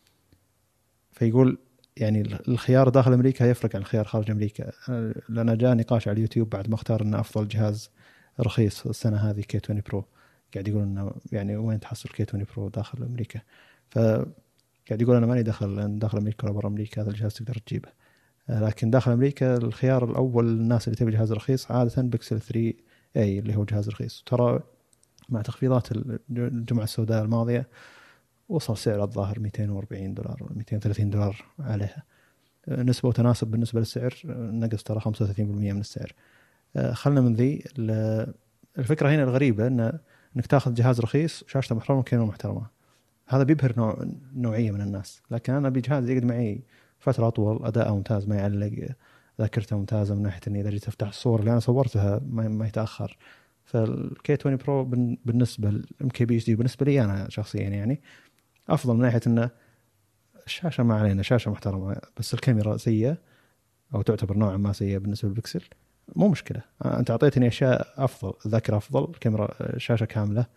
فيقول يعني الخيار داخل أمريكا يفرق عن الخيار خارج أمريكا. لأن جاء نقاش على اليوتيوب بعد ما اختار أنه أفضل جهاز رخيص السنة هذه كي عشرين برو، قاعد يقول أنه يعني وين تحصل كي عشرين برو داخل أمريكا. فقاعد يقول أنا ماني داخل لأن داخل أمريكا ولا برا أمريكا هذا الجهاز تقدر تجيبه، لكن داخل أمريكا الخيار الأول الناس اللي تبي جهاز رخيص عادة بيكسل ثري اي اللي هو جهاز رخيص. ترى مع تخفيضات الجمعة السوداء الماضية وصل سعر الظاهر مئتين وأربعين دولار ولا مئتين وثلاثين دولار عليها، نسبة وتناسب بالنسبة للسعر، نقص ترى خمسة وثلاثين بالمئة من السعر. خلنا من ذي الفكرة هنا الغريبة إن إنك تأخذ جهاز رخيص شاشته محترمة وكاميرا محترمة، هذا بيبهر نوع نوعية من الناس. لكن أنا بجهاز يقعد معي فترة أطول، أداءه ممتاز، ما يعلق، ذاكرته ممتازة من ناحية إني إذا جيت أفتح الصور اللي أنا صورتها ما ما يتأخر. فالكي عشرين برو بالنسبة للام كي بي اتش دي بالنسبة لي أنا شخصيا يعني أفضل من ناحية إنه الشاشة ما علينا شاشة محترمة، بس الكاميرا سيئة أو تعتبر نوعا ما سيئة بالنسبة للبكسل. مو مشكلة، أنت أعطيتني أشياء أفضل، الذاكرة أفضل، الكاميرا شاشة كاملة،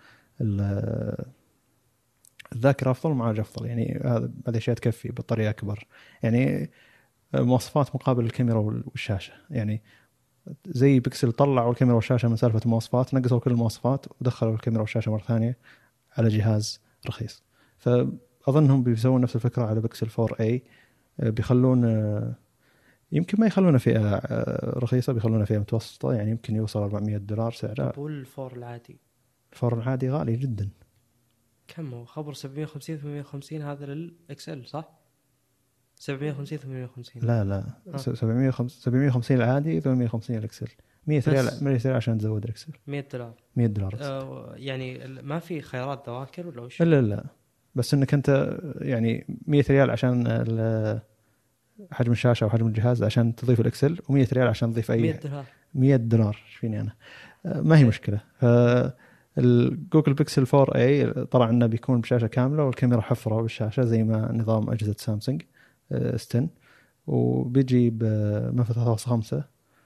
الذاكرة أفضل، معالج أفضل، يعني هذا هذه أشياء تكفي. بطارية أكبر، يعني مواصفات مقابل الكاميرا والشاشة. يعني زي بكسل طلعوا الكاميرا والشاشة من سالفة المواصفات، نقصوا كل المواصفات ودخلوا الكاميرا والشاشة مرة ثانية على جهاز رخيص. فأظنهم بيسوون نفس الفكرة على بكسل فور اي، بيخلون يمكن ما يخلونه فئة رخيصة، بيخلونه فئة متوسطة، يعني يمكن يوصل أربعمية دولار سعره. والفور العادي الفور العادي غالي جدا. كم هو خبر؟ سبعمية وخمسين ثمانمية وخمسين هذا للإكسل صح؟ سبعمية وخمسين ثمانمية وخمسين لا لا سبعمية وخمسين العادي، ثمانمية وخمسين الإكسل، مية ريال مية ريال عشان تزود الإكسل، مية دولار مية دولار. آه يعني ما في خيارات ذواكر ولا وش؟ لا لا بس إنك أنت يعني مية ريال عشان حجم الشاشه وحجم الجهاز عشان تضيف الاكسل، و100 ريال عشان تضيف اي مية دولار مية دولار. ايش فيني انا؟ ما هي مشكله. الجوجل بيكسل فور اي طلع انه بيكون بشاشه كامله والكاميرا حفره بالشاشه زي ما نظام اجهزه سامسونج اس عشرة، وبيجي بمنفذ ثلاثة فاصلة خمسة.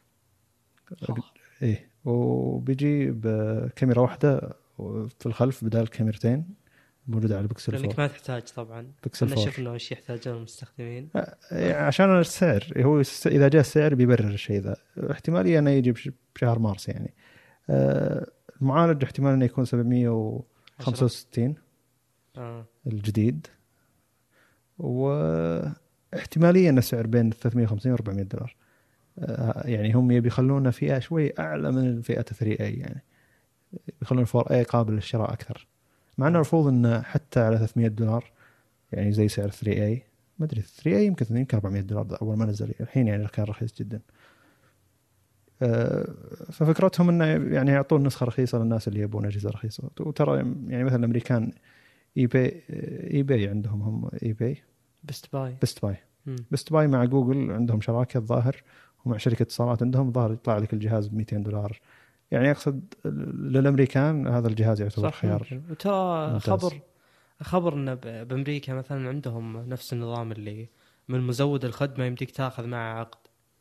ايه، وبيجي بكاميرا واحده في الخلف بدال كاميرتين موجوده على البيكسل فور. لانك ما تحتاج طبعا. بيكسل انا فور شفنا ايش يحتاجون المستخدمين عشان السعر. هو اذا جاء السعر بيبرر الشيء ذا. احتماليه انه يجي بشهر مارس يعني. المعالج احتمال انه يكون سبعمية وخمسة وستين آه. الجديد، واحتماليه انه سعر بين ثلاثمية وخمسين و أربعمية دولار. يعني هم يبي يخلونا فئه شوي اعلى من فئه ثري اي، يعني يخلون فور اي قابل للشراء اكثر، مع انه المفروض انه حتى على ثلاثمية دولار يعني زي سعر ثري اي. ما ادري ثري اي يمكن يمكن أربعمية دولار اول ما نزل، الحين يعني كان رخيص جدا. ففكرتهم انه يعني يعطون نسخه رخيصه للناس اللي يبون اجهزه رخيصه. وترى يعني مثلا الامريكان اي باي اي باي عندهم هم اي باي بست باي بست باي بست باي مع جوجل عندهم شراكه الظاهر، ومع شركه اتصالات عندهم ظاهر يطلع لك الجهاز ب مئتين دولار. يعني اقصد للامريكان هذا الجهاز يعتبر خيار. وترى خبر خبر ان بامريكا مثلا عندهم نفس النظام اللي من مزود الخدمه يمديك تاخذ معه عقد،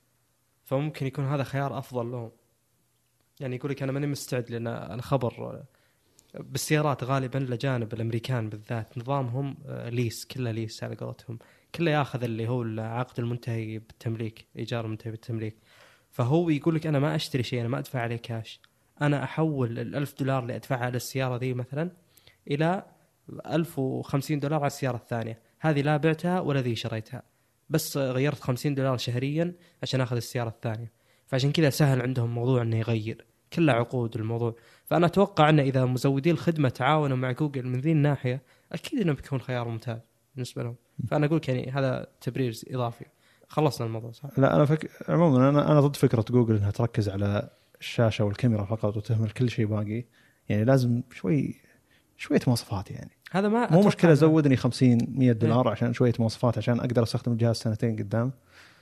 فممكن يكون هذا خيار افضل لهم. يعني يقول لك انا ماني مستعد، لان الخبر بالسيارات غالبا لجانب الامريكان بالذات نظامهم ليس، كله ليس على قولتهم، كله ياخذ اللي هو العقد المنتهي بالتمليك، ايجار المنتهي بالتمليك. فهو يقول لك انا ما اشتري شيء، انا ما ادفع عليه كاش، انا احول الألف دولار اللي ادفعها على السياره ذي مثلا الى ألف وخمسين دولار على السياره الثانيه، هذه لا بعتها ولا ذي شريتها، بس غيرت خمسين دولار شهريا عشان اخذ السياره الثانيه. فعشان كذا سهل عندهم موضوع انه يغير، كله عقود الموضوع. فانا اتوقع ان اذا مزودي الخدمه تعاونوا مع جوجل من ذي الناحيه، اكيد انه بيكون خيار ممتاز بالنسبه لهم. فانا اقول يعني هذا تبرير اضافي. خلصنا الموضوع صح؟ لا انا فك... عموما انا انا ضد فكره جوجل انها تركز على الشاشه والكاميرا فقط وتهمل كل شيء باقي. يعني لازم شوي شويه مواصفات. يعني هذا ما مو مشكله زودني خمسين مية دولار إيه؟ عشان شويه مواصفات عشان اقدر استخدم الجهاز سنتين قدام.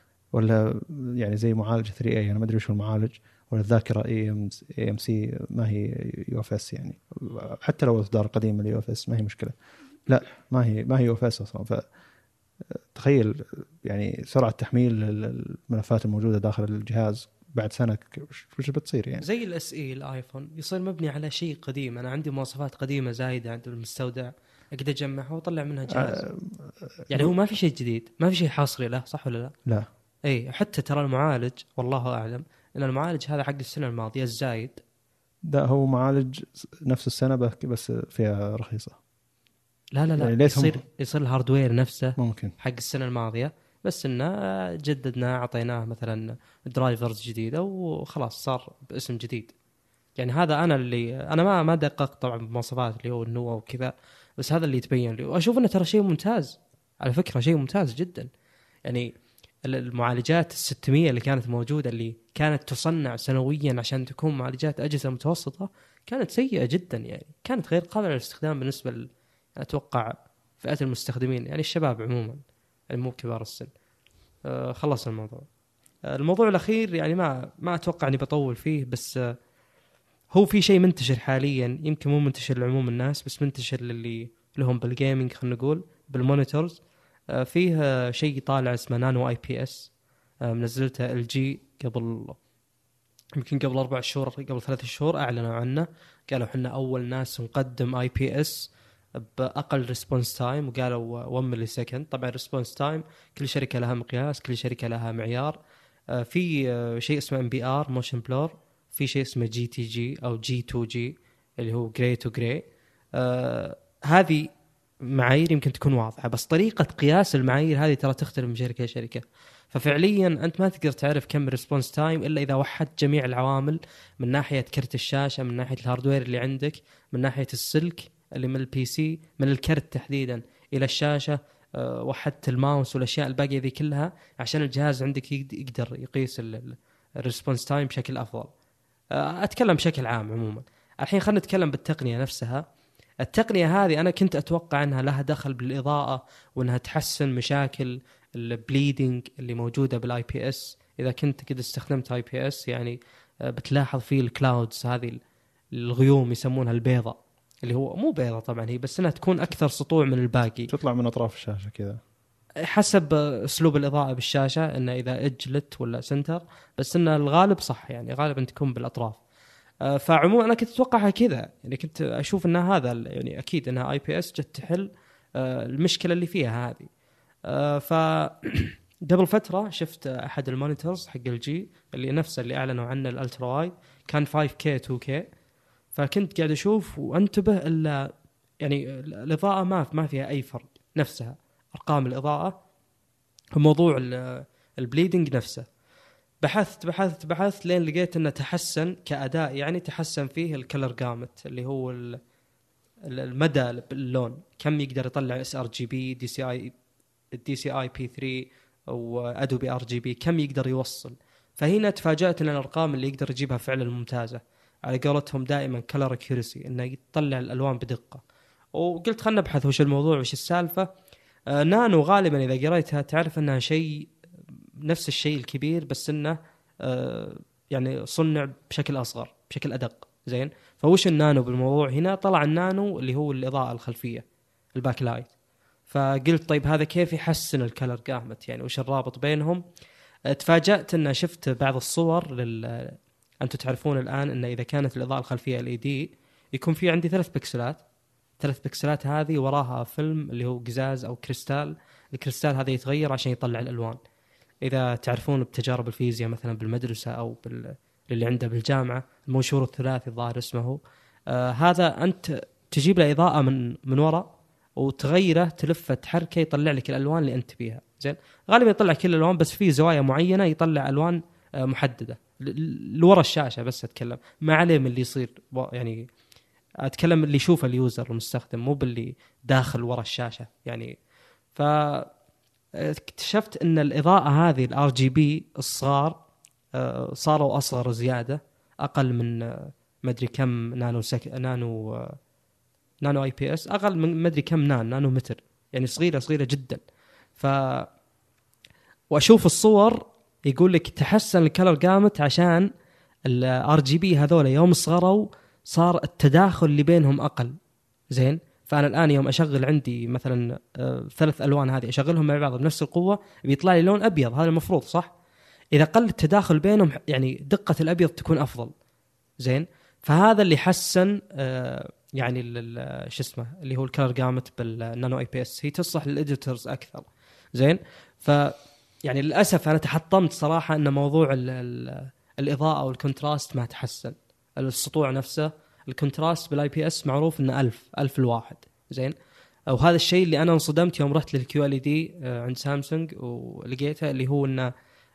ولا يعني زي معالج ثري اي، انا ما ادري وش المعالج، ولا الذاكره اي ام اي ام سي ما هي يو اف اس. يعني حتى لو اصدار قديم اليو اف اس ما هي مشكله. لا ما هي ما هي يو اف اس اصلا. فتخيل يعني سرعه تحميل الملفات الموجوده داخل الجهاز بعد سنه وش بتصير. يعني زي الاس اي الايفون يصير مبني على شيء قديم، انا عندي مواصفات قديمه زايده عند المستودع اقدر اجمعها واطلع منها جهاز. آه يعني هو ما في شيء جديد، ما في شيء حصري له، صح ولا لا؟ لا اي حتى ترى المعالج والله اعلم ان المعالج هذا حق السنه الماضيه الزايد، ده هو معالج نفس السنه بس فيها رخيصه. لا لا لا يعني يصير يصير الهاردوير نفسه ممكن حق السنه الماضيه، بس انه جددناه اعطيناه مثلا درايفرز جديده وخلاص صار باسم جديد. يعني هذا انا اللي انا ما ما دققت طبعا بمواصفات اللي هو النواه وكذا، بس هذا اللي يتبين لي واشوف انه ترى شيء ممتاز على فكره، شيء ممتاز جدا. يعني المعالجات الستمية اللي كانت موجوده اللي كانت تصنع سنويا عشان تكون معالجات اجهزه متوسطه كانت سيئه جدا، يعني كانت غير قابله للاستخدام بالنسبه ل... اتوقع فئه المستخدمين، يعني الشباب عموما يعني مو كبار السن. آه خلص الموضوع. آه الموضوع الاخير يعني ما ما اتوقع اني بطول فيه، بس آه هو في شيء منتشر حاليا، يمكن مو منتشر لعموم الناس بس منتشر للي لهم بالجيمينج، خلينا نقول بالمونيتورز. آه فيه شيء طالع اسمه نانو اي بي اس، آه منزلته ال جي قبل يمكن قبل اربع شهور قبل ثلاث شهور اعلنوا عنه، قالوا احنا اول ناس نقدم اي بي اس باقل ريسبونس تايم، وقالوا واحد ملي سكند. طبعا ريسبونس تايم كل شركه لها مقياس، كل شركه لها معيار. آه في آه شيء اسمه ام بي ار موشن بلور، في شيء اسمه جي تي جي او جي تو جي اللي هو جراي تو جراي. آه هذه معايير يمكن تكون واضحه، بس طريقه قياس المعايير هذه ترى تختلف من شركه لشركه. ففعليا انت ما تقدر تعرف كم ريسبونس تايم الا اذا وحدت جميع العوامل، من ناحيه كرت الشاشه، من ناحيه الهاردوير اللي عندك، من ناحيه السلك اللي من البي سي، من الكرت تحديدا الى الشاشه، أه وحدت الماوس والاشياء الباقيه ذي كلها عشان الجهاز عندك يقدر يقيس الريسبونس تايم بشكل افضل. أه اتكلم بشكل عام عموما. الحين خلينا نتكلم بالتقنيه نفسها. التقنيه هذه انا كنت اتوقع انها لها دخل بالاضاءه وانها تحسن مشاكل البليدنج اللي موجوده بالاي بي اس. اذا كنت كده استخدمت اي بي اس يعني بتلاحظ فيه الكلاودز، هذه الغيوم يسمونها البيضة، اللي هو مو بيضة طبعا هي، بس انها تكون اكثر سطوع من الباقي، تطلع من اطراف الشاشه كذا حسب اسلوب الاضاءه بالشاشه، انه اذا اجلت ولا سنتر، بس ان الغالب صح يعني غالبا تكون بالاطراف. فعموما انا كنت اتوقعها كذا، يعني كنت اشوف ان هذا يعني اكيد انها اي بي اس جت تحل المشكله اللي فيها هذه. ف قبل فتره شفت احد المونيتورز حق الجي اللي نفسه اللي اعلنوا عنه الالترا وايد، كان فايف كي تو كي، فكنت قاعد اشوف وانتبه الا يعني الاضاءه ما ما فيها اي فرق، نفسها ارقام الاضاءه، موضوع البليدنج نفسه. بحثت بحثت بحثت لين لقيت انه تحسن كاداء، يعني تحسن فيه الكلر جامت اللي هو المدى باللون، كم يقدر يطلع اس ار جي بي، دي سي اي الدي سي اي بي ثري او ادوبي ار جي بي، كم يقدر يوصل. فهنا تفاجأت ان الارقام اللي يقدر يجيبها فعلا ممتازه، على قولتهم دائما كلر اكيورسي، انه يطلع الالوان بدقه. وقلت خلنا نبحث وش الموضوع وش السالفه. آه نانو غالبا اذا قريتها تعرف انها شيء نفس الشيء الكبير، بس انه آه يعني صنع بشكل اصغر بشكل ادق. زين، فوش النانو بالموضوع هنا؟ طلع النانو اللي هو الاضاءه الخلفيه، الباك لايت. فقلت طيب هذا كيف يحسن الكلر جامت، يعني وش الرابط بينهم؟ تفاجأت ان شفت بعض الصور لل انتم تعرفون الان ان اذا كانت الاضاءه الخلفيه ال اي دي يكون في عندي ثلاث بكسلات، ثلاث بكسلات هذه وراها فيلم اللي هو قزاز او كريستال، الكريستال هذا يتغير عشان يطلع الالوان. اذا تعرفون بتجارب الفيزياء مثلا بالمدرسه او بال... اللي عنده بالجامعه، المنشور الثلاثي الظاهر اسمه، آه هذا انت تجيب له اضاءه من من وراء وتغيره تلفه تحركه يطلع لك الالوان اللي انت بيها. زين، غالبا يطلع كل الالوان بس في زوايا معينه يطلع الوان آه محدده لورا الشاشه. بس اتكلم ما عليه من اللي يصير، يعني اتكلم اللي يشوفه اليوزر المستخدم مو باللي داخل ورا الشاشه يعني. ف اكتشفت ان الاضاءه هذه الار جي بي الصغار صاروا اصغر زياده، اقل من ما ادري كم نانو سك... نانو نانو اي بي اس، اقل من ما ادري كم نان نانو متر، يعني صغيره صغيره جدا. ف واشوف الصور يقول لك تحسن الكلر جامت عشان الار جي بي هذول يوم صغروا صار التداخل اللي بينهم اقل. زين، فانا الان يوم اشغل عندي مثلا آه ثلاث الوان هذه اشغلهم مع بعض بنفس القوه بيطلع لي لون ابيض، هذا المفروض صح. اذا قل التداخل بينهم يعني دقه الابيض تكون افضل. زين، فهذا اللي حسن آه يعني شو اسمه اللي هو الكلر جامت بالنانو اي بي اس، هي تصلح للاديتورز اكثر. زين، ف يعني للاسف انا تحطمت صراحه ان موضوع ال ال الاضاءه والكونتراست ما تحسن. السطوع نفسه الكونتراست بالاي بي اس معروف انه ألف ألف الواحد. زين، وهذا الشيء اللي انا انصدمت يوم رحت للكيو ال دي عند سامسونج ولقيته، اللي هو انه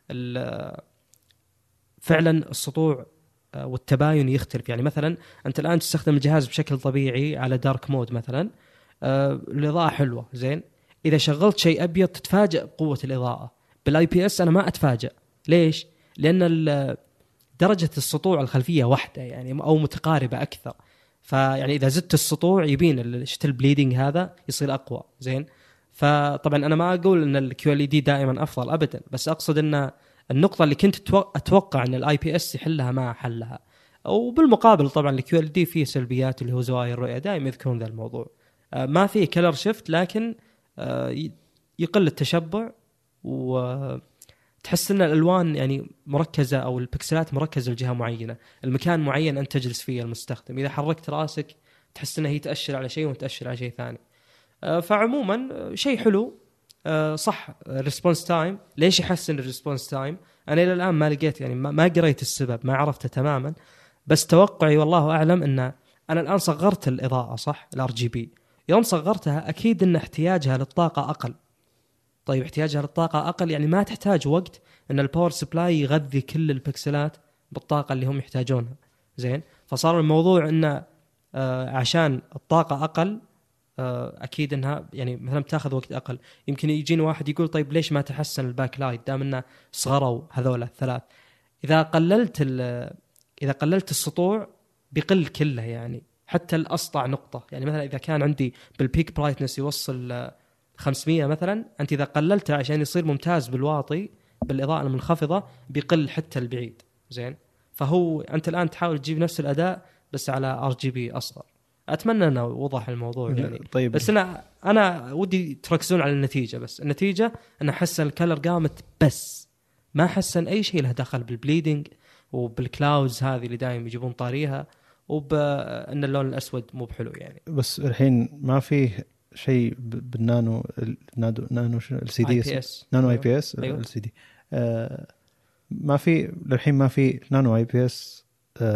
فعلا السطوع والتباين يختلف. يعني مثلا انت الان تستخدم الجهاز بشكل طبيعي على دارك مود مثلا، الاضاءه حلوه. زين، اذا شغلت شيء ابيض تتفاجأ بقوه الاضاءه. بالاي بي اس انا ما اتفاجأ. ليش؟ لان درجة السطوع الخلفية واحدة يعني أو متقاربة أكثر. فيعني إذا زدت السطوع يبين شت البليدنج هذا يصير أقوى. زين، فطبعا أنا ما أقول أن الكيو ال دي دائما أفضل أبدا، بس أقصد أن النقطة اللي كنت أتوقع أن الآي بي إس يحلها ما حلها. وبالمقابل طبعا الكيو ال دي فيه سلبيات اللي هو زوايا الرؤية، دائما يذكرون ذا الموضوع. ما فيه كلر شيفت، لكن يقل التشبع و تحس ان الالوان يعني مركزه او البكسلات مركزه لجهه معينه، المكان معين انت تجلس فيه المستخدم. اذا حركت راسك تحس انها هي تاشر على شيء وتاشر على شيء ثاني. فعموما شيء حلو صح. الريسبونس تايم، ليش يحسن الريسبونس تايم؟ انا الى الان ما لقيت يعني ما قريت السبب، ما عرفته تماما، بس توقعي والله اعلم ان انا الان صغرت الاضاءه صح الار جي بي، يوم صغرتها اكيد ان احتياجها للطاقه اقل. طيب احتياجها للطاقة أقل يعني ما تحتاج وقت أن الباور سبلاي يغذي كل البكسلات بالطاقة اللي هم يحتاجونها. زين، فصار الموضوع أنه آه عشان الطاقة أقل آه أكيد أنها يعني مثلا بتاخذ وقت أقل. يمكن يجين واحد يقول طيب ليش ما تحسن الباك لايت دام أنه صغروا هذول الثلاث؟ إذا قللت إذا قللت السطوع بيقل كله، يعني حتى الأسطع نقطة. يعني مثلا إذا كان عندي بالبيك برايتنس يوصل خمسمية مثلا، انت اذا قللته عشان يصير ممتاز بالواطي بالاضاءه المنخفضه بيقل حتى البعيد. زين، فهو انت الان تحاول تجيب نفس الاداء بس على ار جي بي اصغر. اتمنى انه وضح الموضوع يعني. طيب. بس انا انا ودي تركزون على النتيجه، بس النتيجه انا حسن الكلر قامت بس ما حسن اي شيء له دخل بالبليدنج وبالكلاودز هذه اللي دائما يجيبون طاريها، وبان اللون الاسود مو بحلو يعني. بس الحين ما فيه شيء بالنانو النانو نانو ال سي دي نانو اي بي اس ال سي دي ما في للحين ما في نانو اي بي اس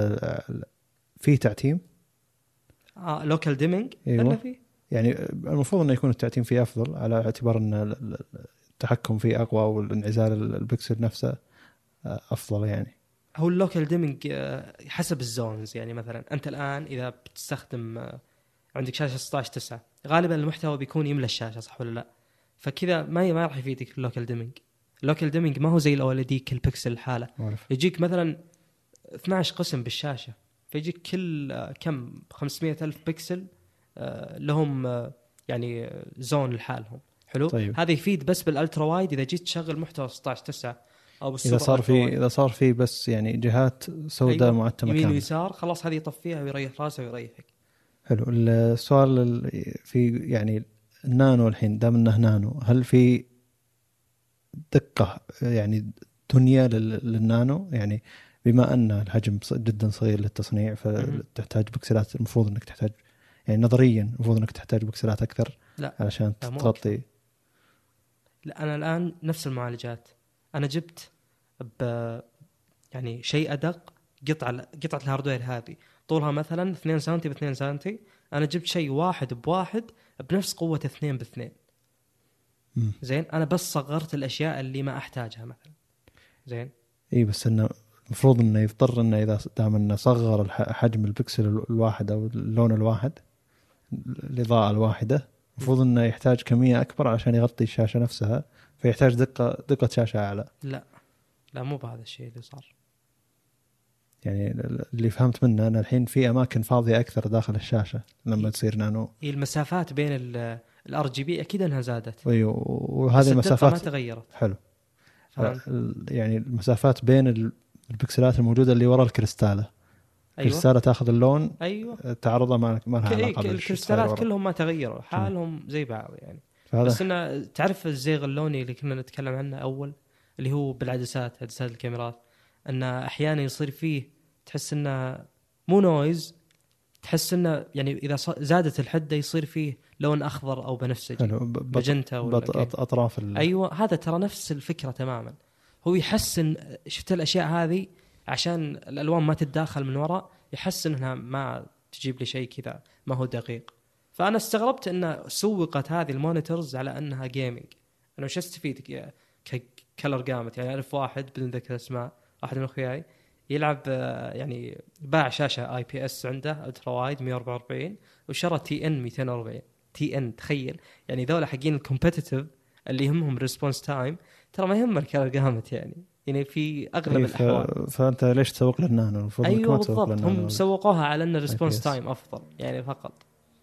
في تعتيم اه لوكال ديمينج أيوة. فيه يعني المفروض انه يكون التعتيم فيه افضل على اعتبار ان التحكم فيه اقوى والانعزال البكسل نفسه افضل يعني. هو اللوكال ديمينج حسب الزونز يعني. مثلا انت الان اذا بتستخدم عندك شاشه ستة عشر تسعة غالبا المحتوى بيكون يملى الشاشه صح ولا لا؟ فكذا ما ما راح يفيدك اللوكال ديمينج. اللوكال ديمينج ما هو زي الاو ال دي كل بكسل لحاله، يجيك مثلا اثنا عشر قسم بالشاشه، فيجيك كل كم خمسمية ألف بكسل لهم يعني زون لحالهم. حلو. طيب. هذا يفيد بس بالالترا وايد اذا جيت تشغل محتوى ستة عشر تسعة او اذا صار في اذا صار في بس يعني جهات سوداء أيوة. معتمه يمين ويسار خلاص هذه يطفيها ويريح راسه ويريحك. حلو. السؤال في يعني النانو الحين دام انه نانو، هل في دقه يعني دنيا للنانو؟ يعني بما ان الحجم جدا صغير للتصنيع فتحتاج بكسلات، المفروض انك تحتاج يعني نظريا المفروض انك تحتاج بكسلات اكثر لا. علشان لا تغطي. لا انا الان نفس المعالجات انا جبت ب يعني شيء ادق. قطعه قطعه الهاردوير هذه طولها مثلا اثنين سنتي باثنين سنتي، انا جبت شيء واحد بواحد بنفس قوه اثنين باثنين. م. زين، انا بس صغرت الاشياء اللي ما احتاجها مثلا. زين اي بس انه المفروض انه يضطر انه اذا دام انه صغر حجم البكسل الواحد او اللون الواحد الاضاءه الواحده، المفروض انه يحتاج كميه اكبر عشان يغطي الشاشه نفسها، فيحتاج دقه دقه شاشه اعلى. لا لا مو بهذا الشيء اللي صار. يعني اللي فهمت منه أن الحين في أماكن فاضية أكثر داخل الشاشة لما تصير نانو. المسافات بين الار جي بي أكيد أنها زادت. أيوه، وهذه المسافات ما تغيرت. حلو. يعني المسافات بين البكسلات الموجودة اللي وراء الكريستالة. أيوة. الكريستالة تأخذ اللون. أيوة. تعرضها ما ما لها علاقة بالشيء. الكريستالات كلهم ما تغيروا حالهم زي بعض يعني. بس إنه تعرف الزيغ اللوني اللي كنا نتكلم عنه أول اللي هو بالعدسات عدسات الكاميرات، أن أحيانا يصير فيه تحس إنه مو نويز، تحس إنه يعني إذا زادت الحدة يصير فيه لون أخضر أو بنفسجي ماجنتا ولا أطراف ال... أيوة هذا ترى نفس الفكرة تماما. هو يحسن شفت الأشياء هذه عشان الألوان ما تتداخل من وراء، يحسن إنها ما تجيب لي شيء كذا ما هو دقيق. فأنا استغربت إن سوقت هذه المونيتورز على أنها جيمينج. أنا وش استفيد ككلر قامت يعني ألف واحد بدون ذكر اسماء، واحد من أخوياي يلعب يعني باع شاشة آي بي إس عنده ألترا وايد مية وأربعة وأربعين وشرى تي إن مئتين وأربعين تي إن. تخيل يعني ذولا حقين الكومبيتيتيف اللي يهمهم ريسبونس تايم، ترى ما يهم الكلر قامت يعني يعني في أغلب أيه الأحوال. فأنت ليش تسوق للنانو؟ المفروض أيوة ما تسوق بالضبط، هم سوقوها على أن الريسبونس تايم أفضل يعني فقط.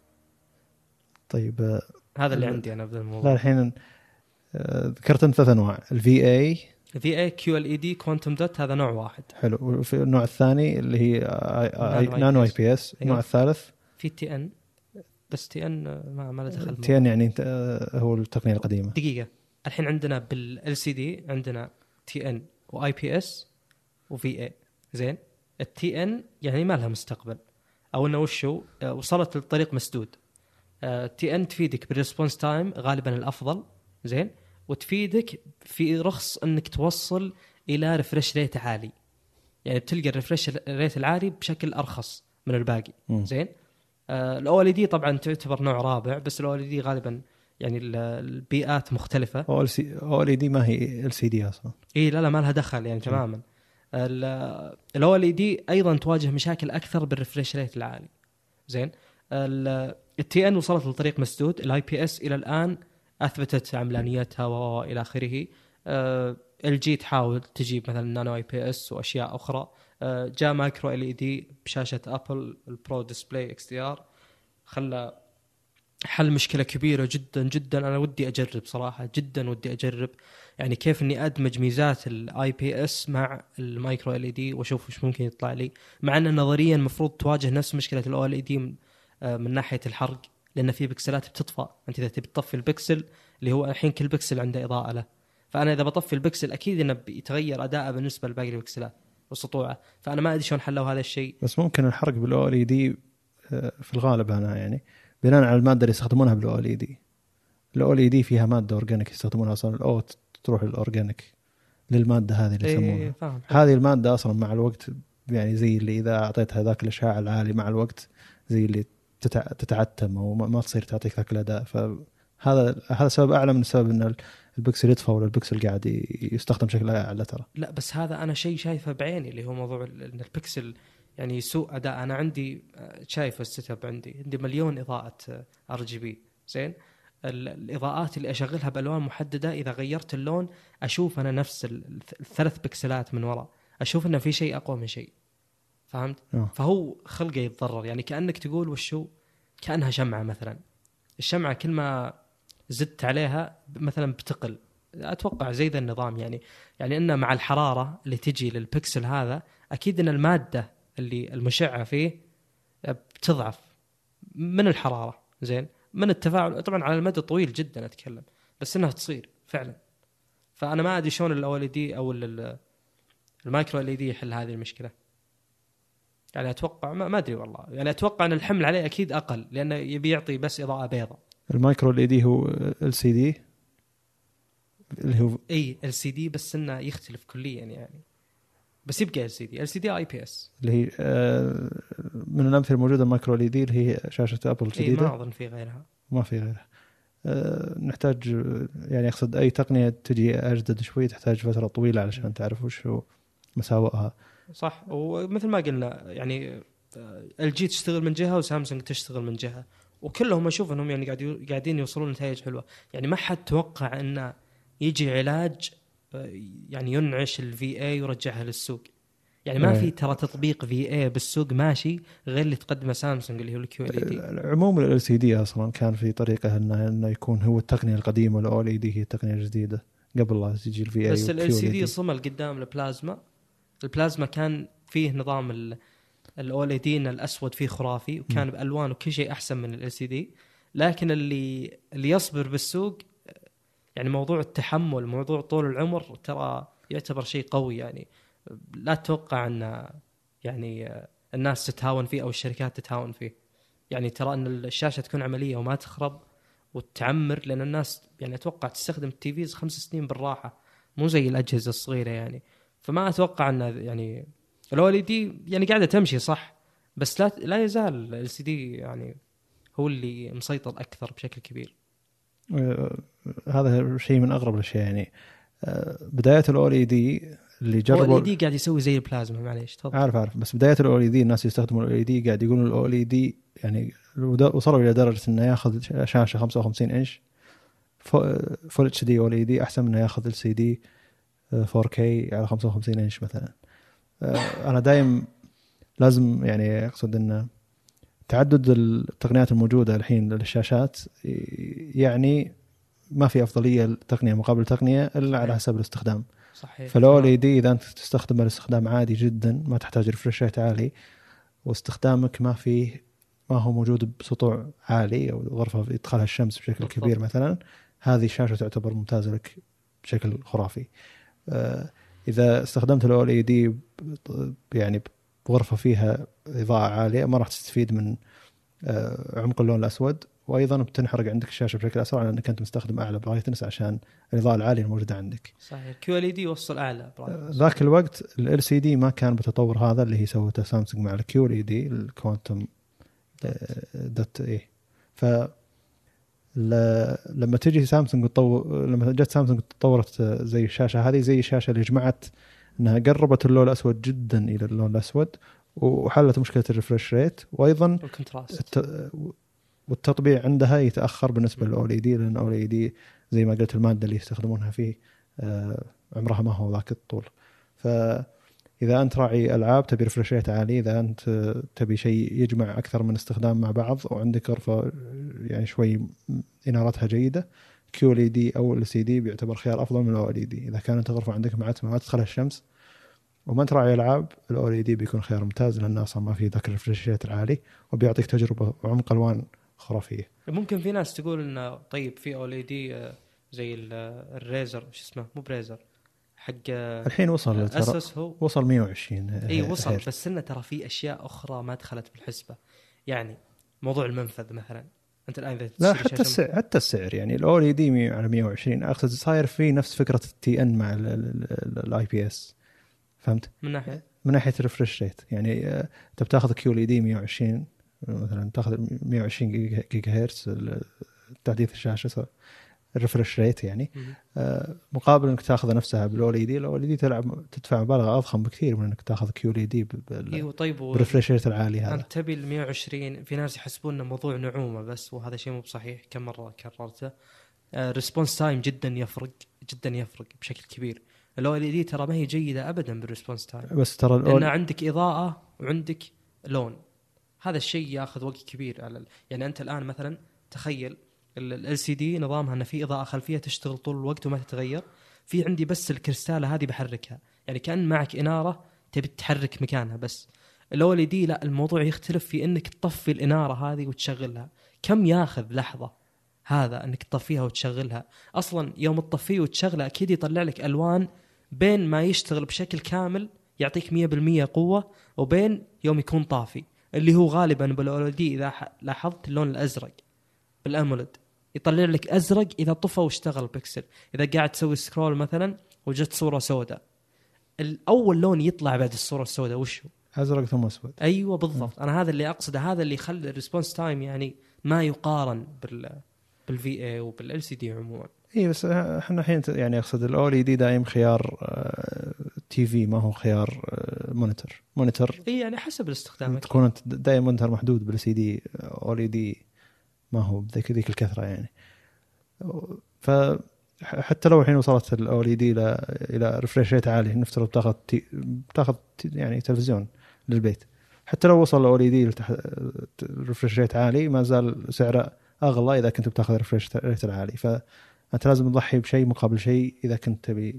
طيب هذا اللي عندي أنا بدل الموضوع. لا الحين ذكرت أنت ثلاث أنواع، الفي اي في اي كيو ال اي دي كوانتم دوت هذا نوع واحد. حلو. وفي النوع الثاني اللي هي نانو اي بي اس. النوع الثالث في تي ان، بس تي ان ما ما له دخل. تي ان يعني هو التقنيه القديمه. دقيقه الحين عندنا بالال سي دي عندنا تي ان واي بي اس وفي اي. زين، التي ان يعني ما لها مستقبل او انه وشو وصلت للطريق مسدود. تي ان تفيدك بالريسبونس تايم غالبا الافضل. زين، وتفيدك في رخص انك توصل الى ريفرش ريت عالي، يعني بتلقى الريفرش ريت العالي بشكل ارخص من الباقي. م. زين، الاو ال دي طبعا تعتبر نوع رابع، بس الاو ال دي غالبا يعني البيئات مختلفه. او ال دي ما هي ال سي دي اصلا. اي لا لا ما لها دخل يعني تماما. الاو ال دي ايضا تواجه مشاكل اكثر بالريفرش ريت العالي. زين، التي ان وصلت لطريق مسدود. الاي بي اس الى الان اثبتت عملانيتها والى اخره. ال جي تحاول تجيب مثلا نانو اي بي اس واشياء اخرى. أه جاء مايكرو ال اي دي بشاشه ابل البرو ديسبلاي اكس دي ار، خلى حل مشكلة كبيرة جدا جدا. أنا ودي أجرب صراحة، جدا ودي أجرب يعني كيف إني أدمج ميزات الاي بي اس مع المايكرو ال اي دي وأشوف وش ممكن يطلع لي، مع أن نظريا المفروض تواجه نفس مشكلة الاو ال اي دي من ناحية الحرق، لأن في بكسلات بتطفى. أنت إذا تبي تطفي البكسل اللي هو الحين كل بكسل عنده إضاءة له، فأنا إذا بطفي البكسل أكيد إنه بيتغير أداءه بالنسبة لباقي البكسلات وسطوعه. فأنا ما أدري شلون حلوا هذا الشيء. بس ممكن الحرق بالاو ال اي دي في الغالب أنا يعني بناء على المادة اللي يستخدمونها بالاو ال اي دي. الاو ال اي دي فيها مادة أورجانيك يستخدمونها أصلا، الاو تروح للأورجانيك للمادة هذه اللي يسمونها. إيه فاهم. هذه المادة أصلا مع الوقت يعني زي اللي إذا أعطيتها ذاك الإشعاع العالي مع الوقت زي اللي تتع... تتعتم أو ما تصير تعطيك ذاك الأداء. فهذا هذا سبب أعلى من السبب أن البكسل يطفى ولا البكسل قاعد يستخدم بشكل أعلى. ترى لا بس هذا أنا شيء شايفه بعيني اللي هو موضوع أن البكسل يعني سوء أداء. أنا عندي شايف السيت اب عندي عندي مليون إضاءة ار جي بي زين. الإضاءات اللي أشغلها بألوان محددة إذا غيرت اللون أشوف أنا نفس الثلاث بكسلات من وراء، أشوف إنه في شيء أقوى من شيء. فهمت؟ أوه. فهو خلقه يتضرر. يعني كأنك تقول وشو كأنها شمعة مثلا. الشمعة كل ما زدت عليها مثلا بتقل. أتوقع زي ذا النظام يعني يعني إنه مع الحرارة اللي تجي للبكسل هذا أكيد إن المادة اللي المشعة فيه بتضعف من الحرارة زين، من التفاعل طبعا على المدى طويل جدا أتكلم، بس إنها تصير فعلا. فأنا ما أدري شلون ال أو إل دي أو المايكرو إل إي دي يحل هذه المشكلة. يعني أتوقع ما, ما أدري والله، يعني أتوقع أن الحمل عليه أكيد أقل لأنه يبي يعطي بس إضاءة بيضاء. المايكرو إل إي دي هو ال سي دي اللي هو أي ال سي دي بس إنه يختلف كليا يعني، بس يبقى ال سي دي ال سي دي اي بي اس اللي هي من الأمثلة الموجودة المايكرو إل إي دي اللي هي شاشة أبل جديدة. ما أظن في غيرها. ما في غيرها. نحتاج يعني أقصد أي تقنية تجي أجدد شوي تحتاج فترة طويلة علشان تعرف وش هو مساوئها. صح. ومثل ما قلنا يعني ال جي تشتغل من جهة وسامسونج تشتغل من جهة، وكلهم أشوف أنهم يعني قاعدين يوصلون نتائج حلوة. يعني ما حد توقع أن يجي علاج يعني ينعش ال في إيه ويرجعها للسوق. يعني ما في ترى تطبيق في إيه بالسوق ماشي غير اللي تقدمه سامسونج اللي هو ال كيو إل إي دي. عموم ال إل سي دي أصلا كان في طريقة إنه إنه يكون هو التقنية القديمة وال أو إل إي دي هي التقنية الجديدة قبل لا تجي ال في إيه. بس ال إل سي دي صمل قدام البلازما. البلازما كان فيه نظام ال أو إل إي دي الأسود فيه خرافي وكان بألوان وكل شيء أحسن من ال إل سي دي. لكن اللي اللي يصبر بالسوق يعني موضوع التحمل موضوع طول العمر ترى يعتبر شيء قوي. يعني لا تتوقع أن يعني الناس تتهاون فيه أو الشركات تتهاون فيه. يعني ترى أن الشاشة تكون عملية وما تخرب وتعمر، لأن الناس يعني أتوقع تستخدم التيفيز خمس سنين بالراحة مو زي الأجهزة الصغيرة يعني. فما أتوقع أن يعني ال أو إل إي دي يعني قاعدة تمشي صح، بس لا لا يزال ال إل سي دي يعني هو اللي مسيطر أكثر بشكل كبير. هذا شيء من أغرب الأشياء. يعني بداية ال أو إل إي دي اللي جربوا ال أو إل إي دي قاعد يسوي زي البلازما معليش تفضل. عارف عارف بس بداية ال أو إل إي دي الناس يستخدموا ال أو إل إي دي قاعد يقولون ال أو إل إي دي يعني وصلوا إلى درجة إنه يأخذ شاشة خمسة وخمسين إنش فول اتش دي أو إل إي دي أحسن من إنه يأخذ ال سي دي فور كي على خمسة وخمسين إنش مثلا. أنا دايم لازم يعني أقصد إنه تعدد التقنيات الموجودة الحين للشاشات يعني ما في أفضلية تقنية مقابل تقنية إلا على حسب الاستخدام. صحيح. فالأو إل إي دي إذا أنت تستخدم الاستخدام عادي جدا ما تحتاج ريفرش ريت عالي واستخدامك ما فيه ما هو موجود بسطوع عالي أو غرفة يدخلها الشمس بشكل بالضبط. كبير مثلا، هذه الشاشة تعتبر ممتازة لك بشكل خرافي. إذا استخدمت الأو إل إي دي يعني بغرفة فيها إضاءة عالية ما راح تستفيد من عمق اللون الأسود، وأيضا بتنحرق عندك الشاشة بشكل أسرع لأنك أنت مستخدم أعلى برايتنس عشان الإضاءة العالية الموجودة عندك. صحيح. كيو إل إي دي يوصل أعلى برايتنس. ذاك الوقت ال إل سي دي ما كان بتطور هذا اللي هي سوته سامسونج مع ال كيو إل إي دي الكوانتم دوت إيه. ف لما تجي سامسونج تطور لما جت سامسونج تطورت زي الشاشة هذه زي الشاشة اللي جمعت أنها قربت اللون الأسود جدا إلى اللون الأسود وحلت مشكلة الريفرش ريت وأيضا الت... والتطبيع عندها يتأخر بالنسبة للأو إل إي دي، لأن الأو إل إي دي زي ما قلت المادة اللي يستخدمونها فيه عمرها ما هو ذاك الطول. فإذا أنت راعي ألعاب تبي ريفرش ريت عالي، إذا أنت تبي شيء يجمع أكثر من استخدام مع بعض وعندك غرفة يعني شوي انارتها جيده، كيو ال اي دي او ال سي دي بيعتبر خيار افضل من الاو ال اي دي. اذا كانت غرفه عندك معتمه ما تدخلها الشمس وما تراعي العاب، الاو ال اي دي بيكون خيار ممتاز لانه اصلا ما في ذاك الريفرش ريت العالي وبيعطيك تجربه وعمق الوان خرافيه. ممكن في ناس تقول انه طيب في او ال اي دي زي الريزر شو اسمه مو بريزر حق الحين وصل اسس هو وصل مية وعشرين اي وصل هيرت. بس انه ترى في اشياء اخرى ما دخلت بالحسبه، يعني موضوع المنفذ مثلا انت الان اذا لا حتى السعر حتى السعر يعني الاو ال اي دي على مية وعشرين اقصد صاير في نفس فكره التي ان مع الاي بي اس، فهمت؟ من ناحيه من ناحيه الريفرش ريت يعني انت بتاخذ كيو ال اي دي مية وعشرين مثلا، تاخذ مية وعشرين جيجا هرتز تحديث الشاشه الريفرش ريت يعني آه مقابل انك تاخذ نفسها بالاو ال اي دي. الاو ال اي دي تلعب تدفع مبالغ اضخم بكثير من انك تاخذ كيو ال اي دي ايوه طيب بالريفرش ريت العالي هذا. انت تبي ال مية وعشرين في ناس يحسبون انه موضوع نعومه بس، وهذا شيء مو بصحيح، كم مره كررته. ريسبونس تايم جدا يفرق جدا يفرق بشكل كبير. الاو ال اي دي ترى ما هي جيده ابدا بالريسبونس تايم، بس ترى لان عندك اضاءه وعندك لون، هذا الشيء ياخذ وقت كبير على ال... يعني انت الان مثلا تخيل ال سي دي نظامها انه في اضاءه خلفيه تشتغل طول الوقت وما تتغير، في عندي بس الكريستاله هذه بحركها، يعني كأن معك اناره تبي تحرك مكانها. بس الاو ال دي لا، الموضوع يختلف في انك تطفي الاناره هذه وتشغلها. كم ياخذ لحظه هذا انك تطفيها وتشغلها؟ اصلا يوم تطفيه وتشغله اكيد يطلع لك الوان بين ما يشتغل بشكل كامل يعطيك مية بالمية قوه، وبين يوم يكون طافي اللي هو غالبا بالاو ال دي اذا لاحظت اللون الازرق بالامولد يطلع لك ازرق اذا طفى واشتغل بكسل. اذا قاعد تسوي سكرول مثلا وجت صوره سوداء، الاول لون يطلع بعد الصوره السوداء وش هو؟ ازرق ثم اسود. ايوه بالضبط. م. انا هذا اللي اقصده، هذا اللي يخلي الريسبونس تايم يعني ما يقارن بال بالفي اي وبالال سي دي عموما. اي بس احنا الحين يعني اقصد الاو ال دي دائم خيار تي في ما هو خيار مونيتور. مونيتور اي يعني حسب الاستخدام تكون انت دائما مونيتور محدود، بالسي دي او ال دي ما هو بذيك ذيك الكثره يعني. فحتى لو الحين وصلت الاو ال دي الى الى ريفريش ريت عالي، نفترض بتاخذ تي... بتاخذ يعني تلفزيون للبيت، حتى لو وصل الاو ال دي ريفريش ريت عالي ما زال سعره اغلى اذا كنت بتاخذ ريفريش ريت العالي. فانت لازم تضحي بشيء مقابل شيء اذا كنت تبي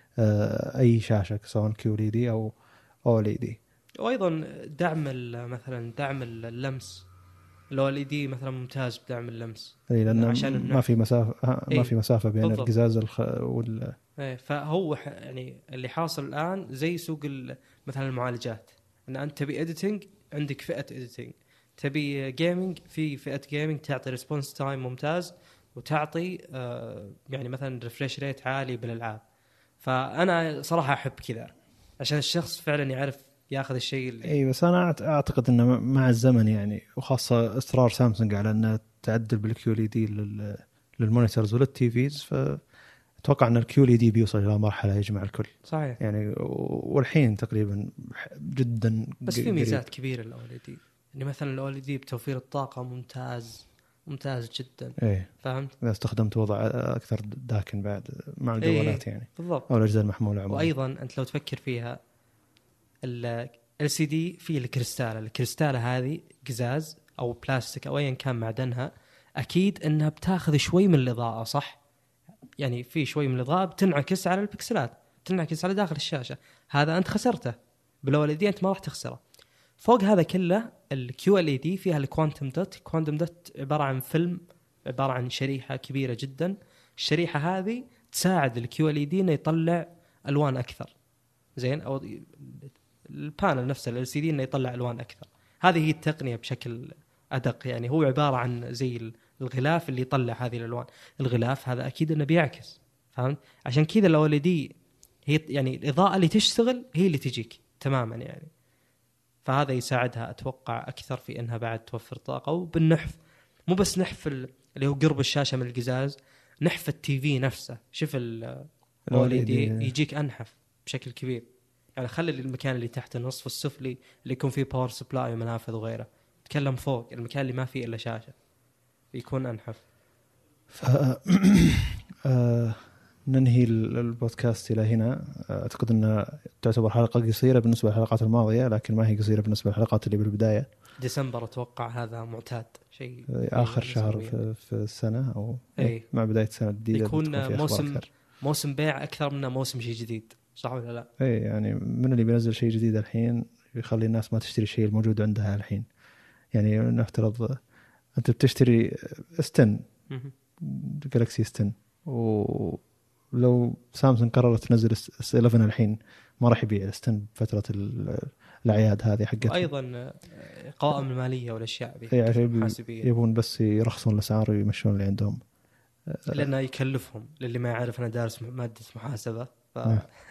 اي شاشه سواء كيو ال دي او او ال دي. وايضا دعم مثلا دعم اللمس، الاو ال دي مثلا ممتاز بدعم اللمس، اي لان عشان ما في مسافه ما في مسافه بين بالضبط. القزاز الخ... وال ايه فهو يعني اللي حاصل الان زي سوق مثلا المعالجات، ان انت تبي اديتنج عندك فئه اديتنج، تبي جيمنج في فئه جيمنج تعطي ريسبونس تايم ممتاز وتعطي آه يعني مثلا ريفريش ريت عالي بالالعاب. فانا صراحه احب كذا عشان الشخص فعلا يعرف ياخذ الشيء اللي اي. بس انا اعتقد انه مع الزمن يعني، وخاصه اصرار سامسونج على انها تعدل بالكيو ال دي للمونيتورز وللتي فيز، فاتوقع ان الكيو ال دي بيوصل الى مرحله يجمع الكل صحيح يعني. والحين تقريبا جدا بس في ميزات كبيره الاو ال دي، يعني مثلا الاو ال دي بتوفير الطاقه ممتاز ممتاز جدا. ايه فهمت؟ اذا استخدمت وضع اكثر داكن بعد مع الجوالات إيه يعني بالضبط، او الاجهزه المحموله عموما. وايضا انت لو تفكر فيها ال سي دي في الكريستاله الكريستاله هذه قزاز او بلاستيك او ايا كان معدنها، اكيد انها بتاخذ شوي من الاضاءه صح؟ يعني في شوي من الاضاءه بتنعكس على البكسلات، تنعكس على داخل الشاشه، هذا انت خسرته. بالاو ال دي انت ما راح تخسره. فوق هذا كله الكيو ال دي فيها الكوانتم دوت. الكوانتم دوت عباره عن فيلم، عباره عن شريحه كبيره جدا. الشريحه هذه تساعد الكيو ال دي انه يطلع الوان اكثر، زين، او البانل نفسه ال سي دي انه يطلع الوان اكثر. هذه هي التقنيه بشكل ادق، يعني هو عباره عن زي الغلاف اللي يطلع هذه الالوان. الغلاف هذا اكيد انه بيعكس، فهمت؟ عشان كذا الاو ال دي هي يعني الاضاءه اللي تشتغل هي اللي تجيك تماما يعني. فهذا يساعدها اتوقع اكثر في انها بعد توفر طاقه. وبالنحف مو بس نحف اللي هو قرب الشاشه من القزاز، نحف التي في نفسه. شوف الاو ال دي يجيك انحف بشكل كبير، يعني خلي المكان اللي تحت النصف السفلي اللي يكون فيه باور سبلاي ومنافذ وغيره، تكلم فوق المكان اللي ما فيه الا شاشه يكون انحف. ف آه... ننهي البودكاست الى هنا. اعتقد انها تعتبر حلقه قصيره بالنسبه للحلقات الماضيه، لكن ما هي قصيره بالنسبه للحلقات اللي بالبدايه. ديسمبر اتوقع هذا معتاد شيء اخر شهر في, في السنه او أي. مع بدايه السنه الجديده يكون موسم موسم بيع اكثر من موسم شيء جديد، صح ولا لا؟ اي يعني من اللي بينزل شيء جديد الحين يخلي الناس ما تشتري شيء الموجود عندها الحين. يعني نفترض انت بتشتري ستن جالكسي ستن، ولو سامسونج قررت تنزل اس إحدى عشر الحين ما راح يبيع الستن فتره الاعياد هذه حقتها. ايضا قوائم الماليه والاشياء الحاسبيه يبون بس يرخصون الاسعار ويمشون اللي عندهم، لانه يكلفهم. للي ما يعرف انا دارس ماده محاسبه ف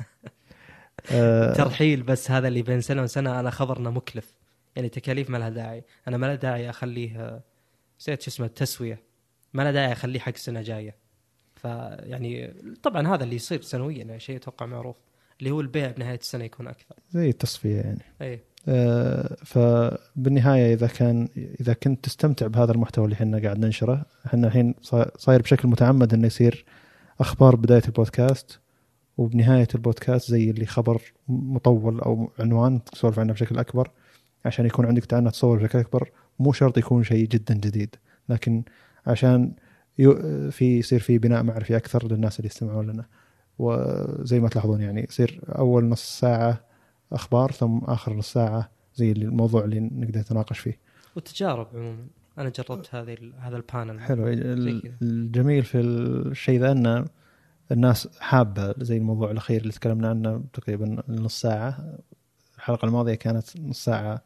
ترحيل بس هذا اللي بين سنه وسنه انا خبرنا مكلف، يعني تكاليف ما لها داعي. انا ما لها داعي اخليه نسيت شو اسمه التسويه، ما لها داعي اخليه حق سنه جايه. فيعني طبعا هذا اللي يصير سنويا يعني شيء اتوقع معروف، اللي هو البيع بنهايه السنه يكون اكثر زي التصفيه يعني. اي آه فبالنهايه اذا كان اذا كنت تستمتع بهذا المحتوى اللي احنا قاعد ننشره، احنا الحين صاير بشكل متعمد انه يصير اخبار بدايه البودكاست وبنهايه البودكاست زي اللي خبر مطول او عنوان تسولف عنه بشكل اكبر، عشان يكون عندك تعانى تصور بشكل اكبر. مو شرط يكون شيء جدا جديد، لكن عشان في يصير في بناء معرفي اكثر للناس اللي يستمعون لنا. وزي ما تلاحظون يعني يصير اول نص ساعه اخبار، ثم اخر نص ساعه زي الموضوع اللي نقدر نتناقش فيه. والتجارب عموما انا جربت هذه هذا البانل حلو. الجميل في الشيء ذا ان الناس حابه زي الموضوع الاخير اللي تكلمنا عنه تقريبا نص ساعه. الحلقه الماضيه كانت نص ساعه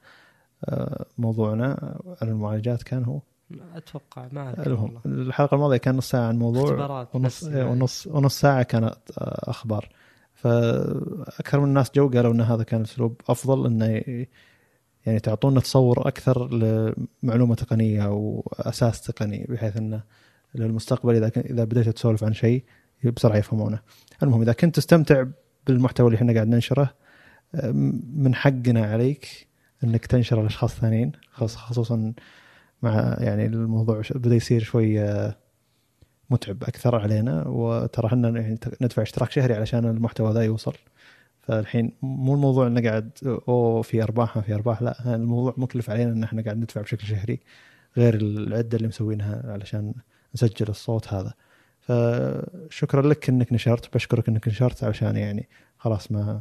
موضوعنا عن المعالجات، كان هو اتوقع ما المهم الحلقه الماضيه كان نص ساعه عن موضوع ونص ونص ونص ساعه كانت اخبار. فاكثر من الناس جو قالوا ان هذا كان اسلوب افضل، انه يعني تعطونا تصور اكثر لمعلومه تقنيه او اساس تقني، بحيث انه للمستقبل اذا اذا بديت تسولف عن شيء بسرعه يفهمونه. المهم اذا كنت تستمتع بالمحتوى اللي احنا قاعد ننشره، من حقنا عليك انك تنشر لاشخاص ثانيين، خصوصا مع يعني الموضوع بدا يصير شوي متعب اكثر علينا. وترى احنا يعني ندفع اشتراك شهري علشان المحتوى ذا يوصل. فالحين مو الموضوع انه قاعد او في ارباح ما في ارباح، لا الموضوع مكلف علينا ان احنا قاعد ندفع بشكل شهري غير العده اللي مسوينها علشان نسجل الصوت هذا. فشكرا لك انك نشرت، بشكرك انك نشرت علشان يعني خلاص ما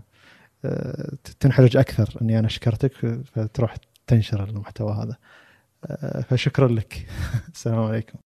تنحرج اكثر اني انا شكرتك فتروح تنشر المحتوى هذا. فشكرا لك. السلام عليكم.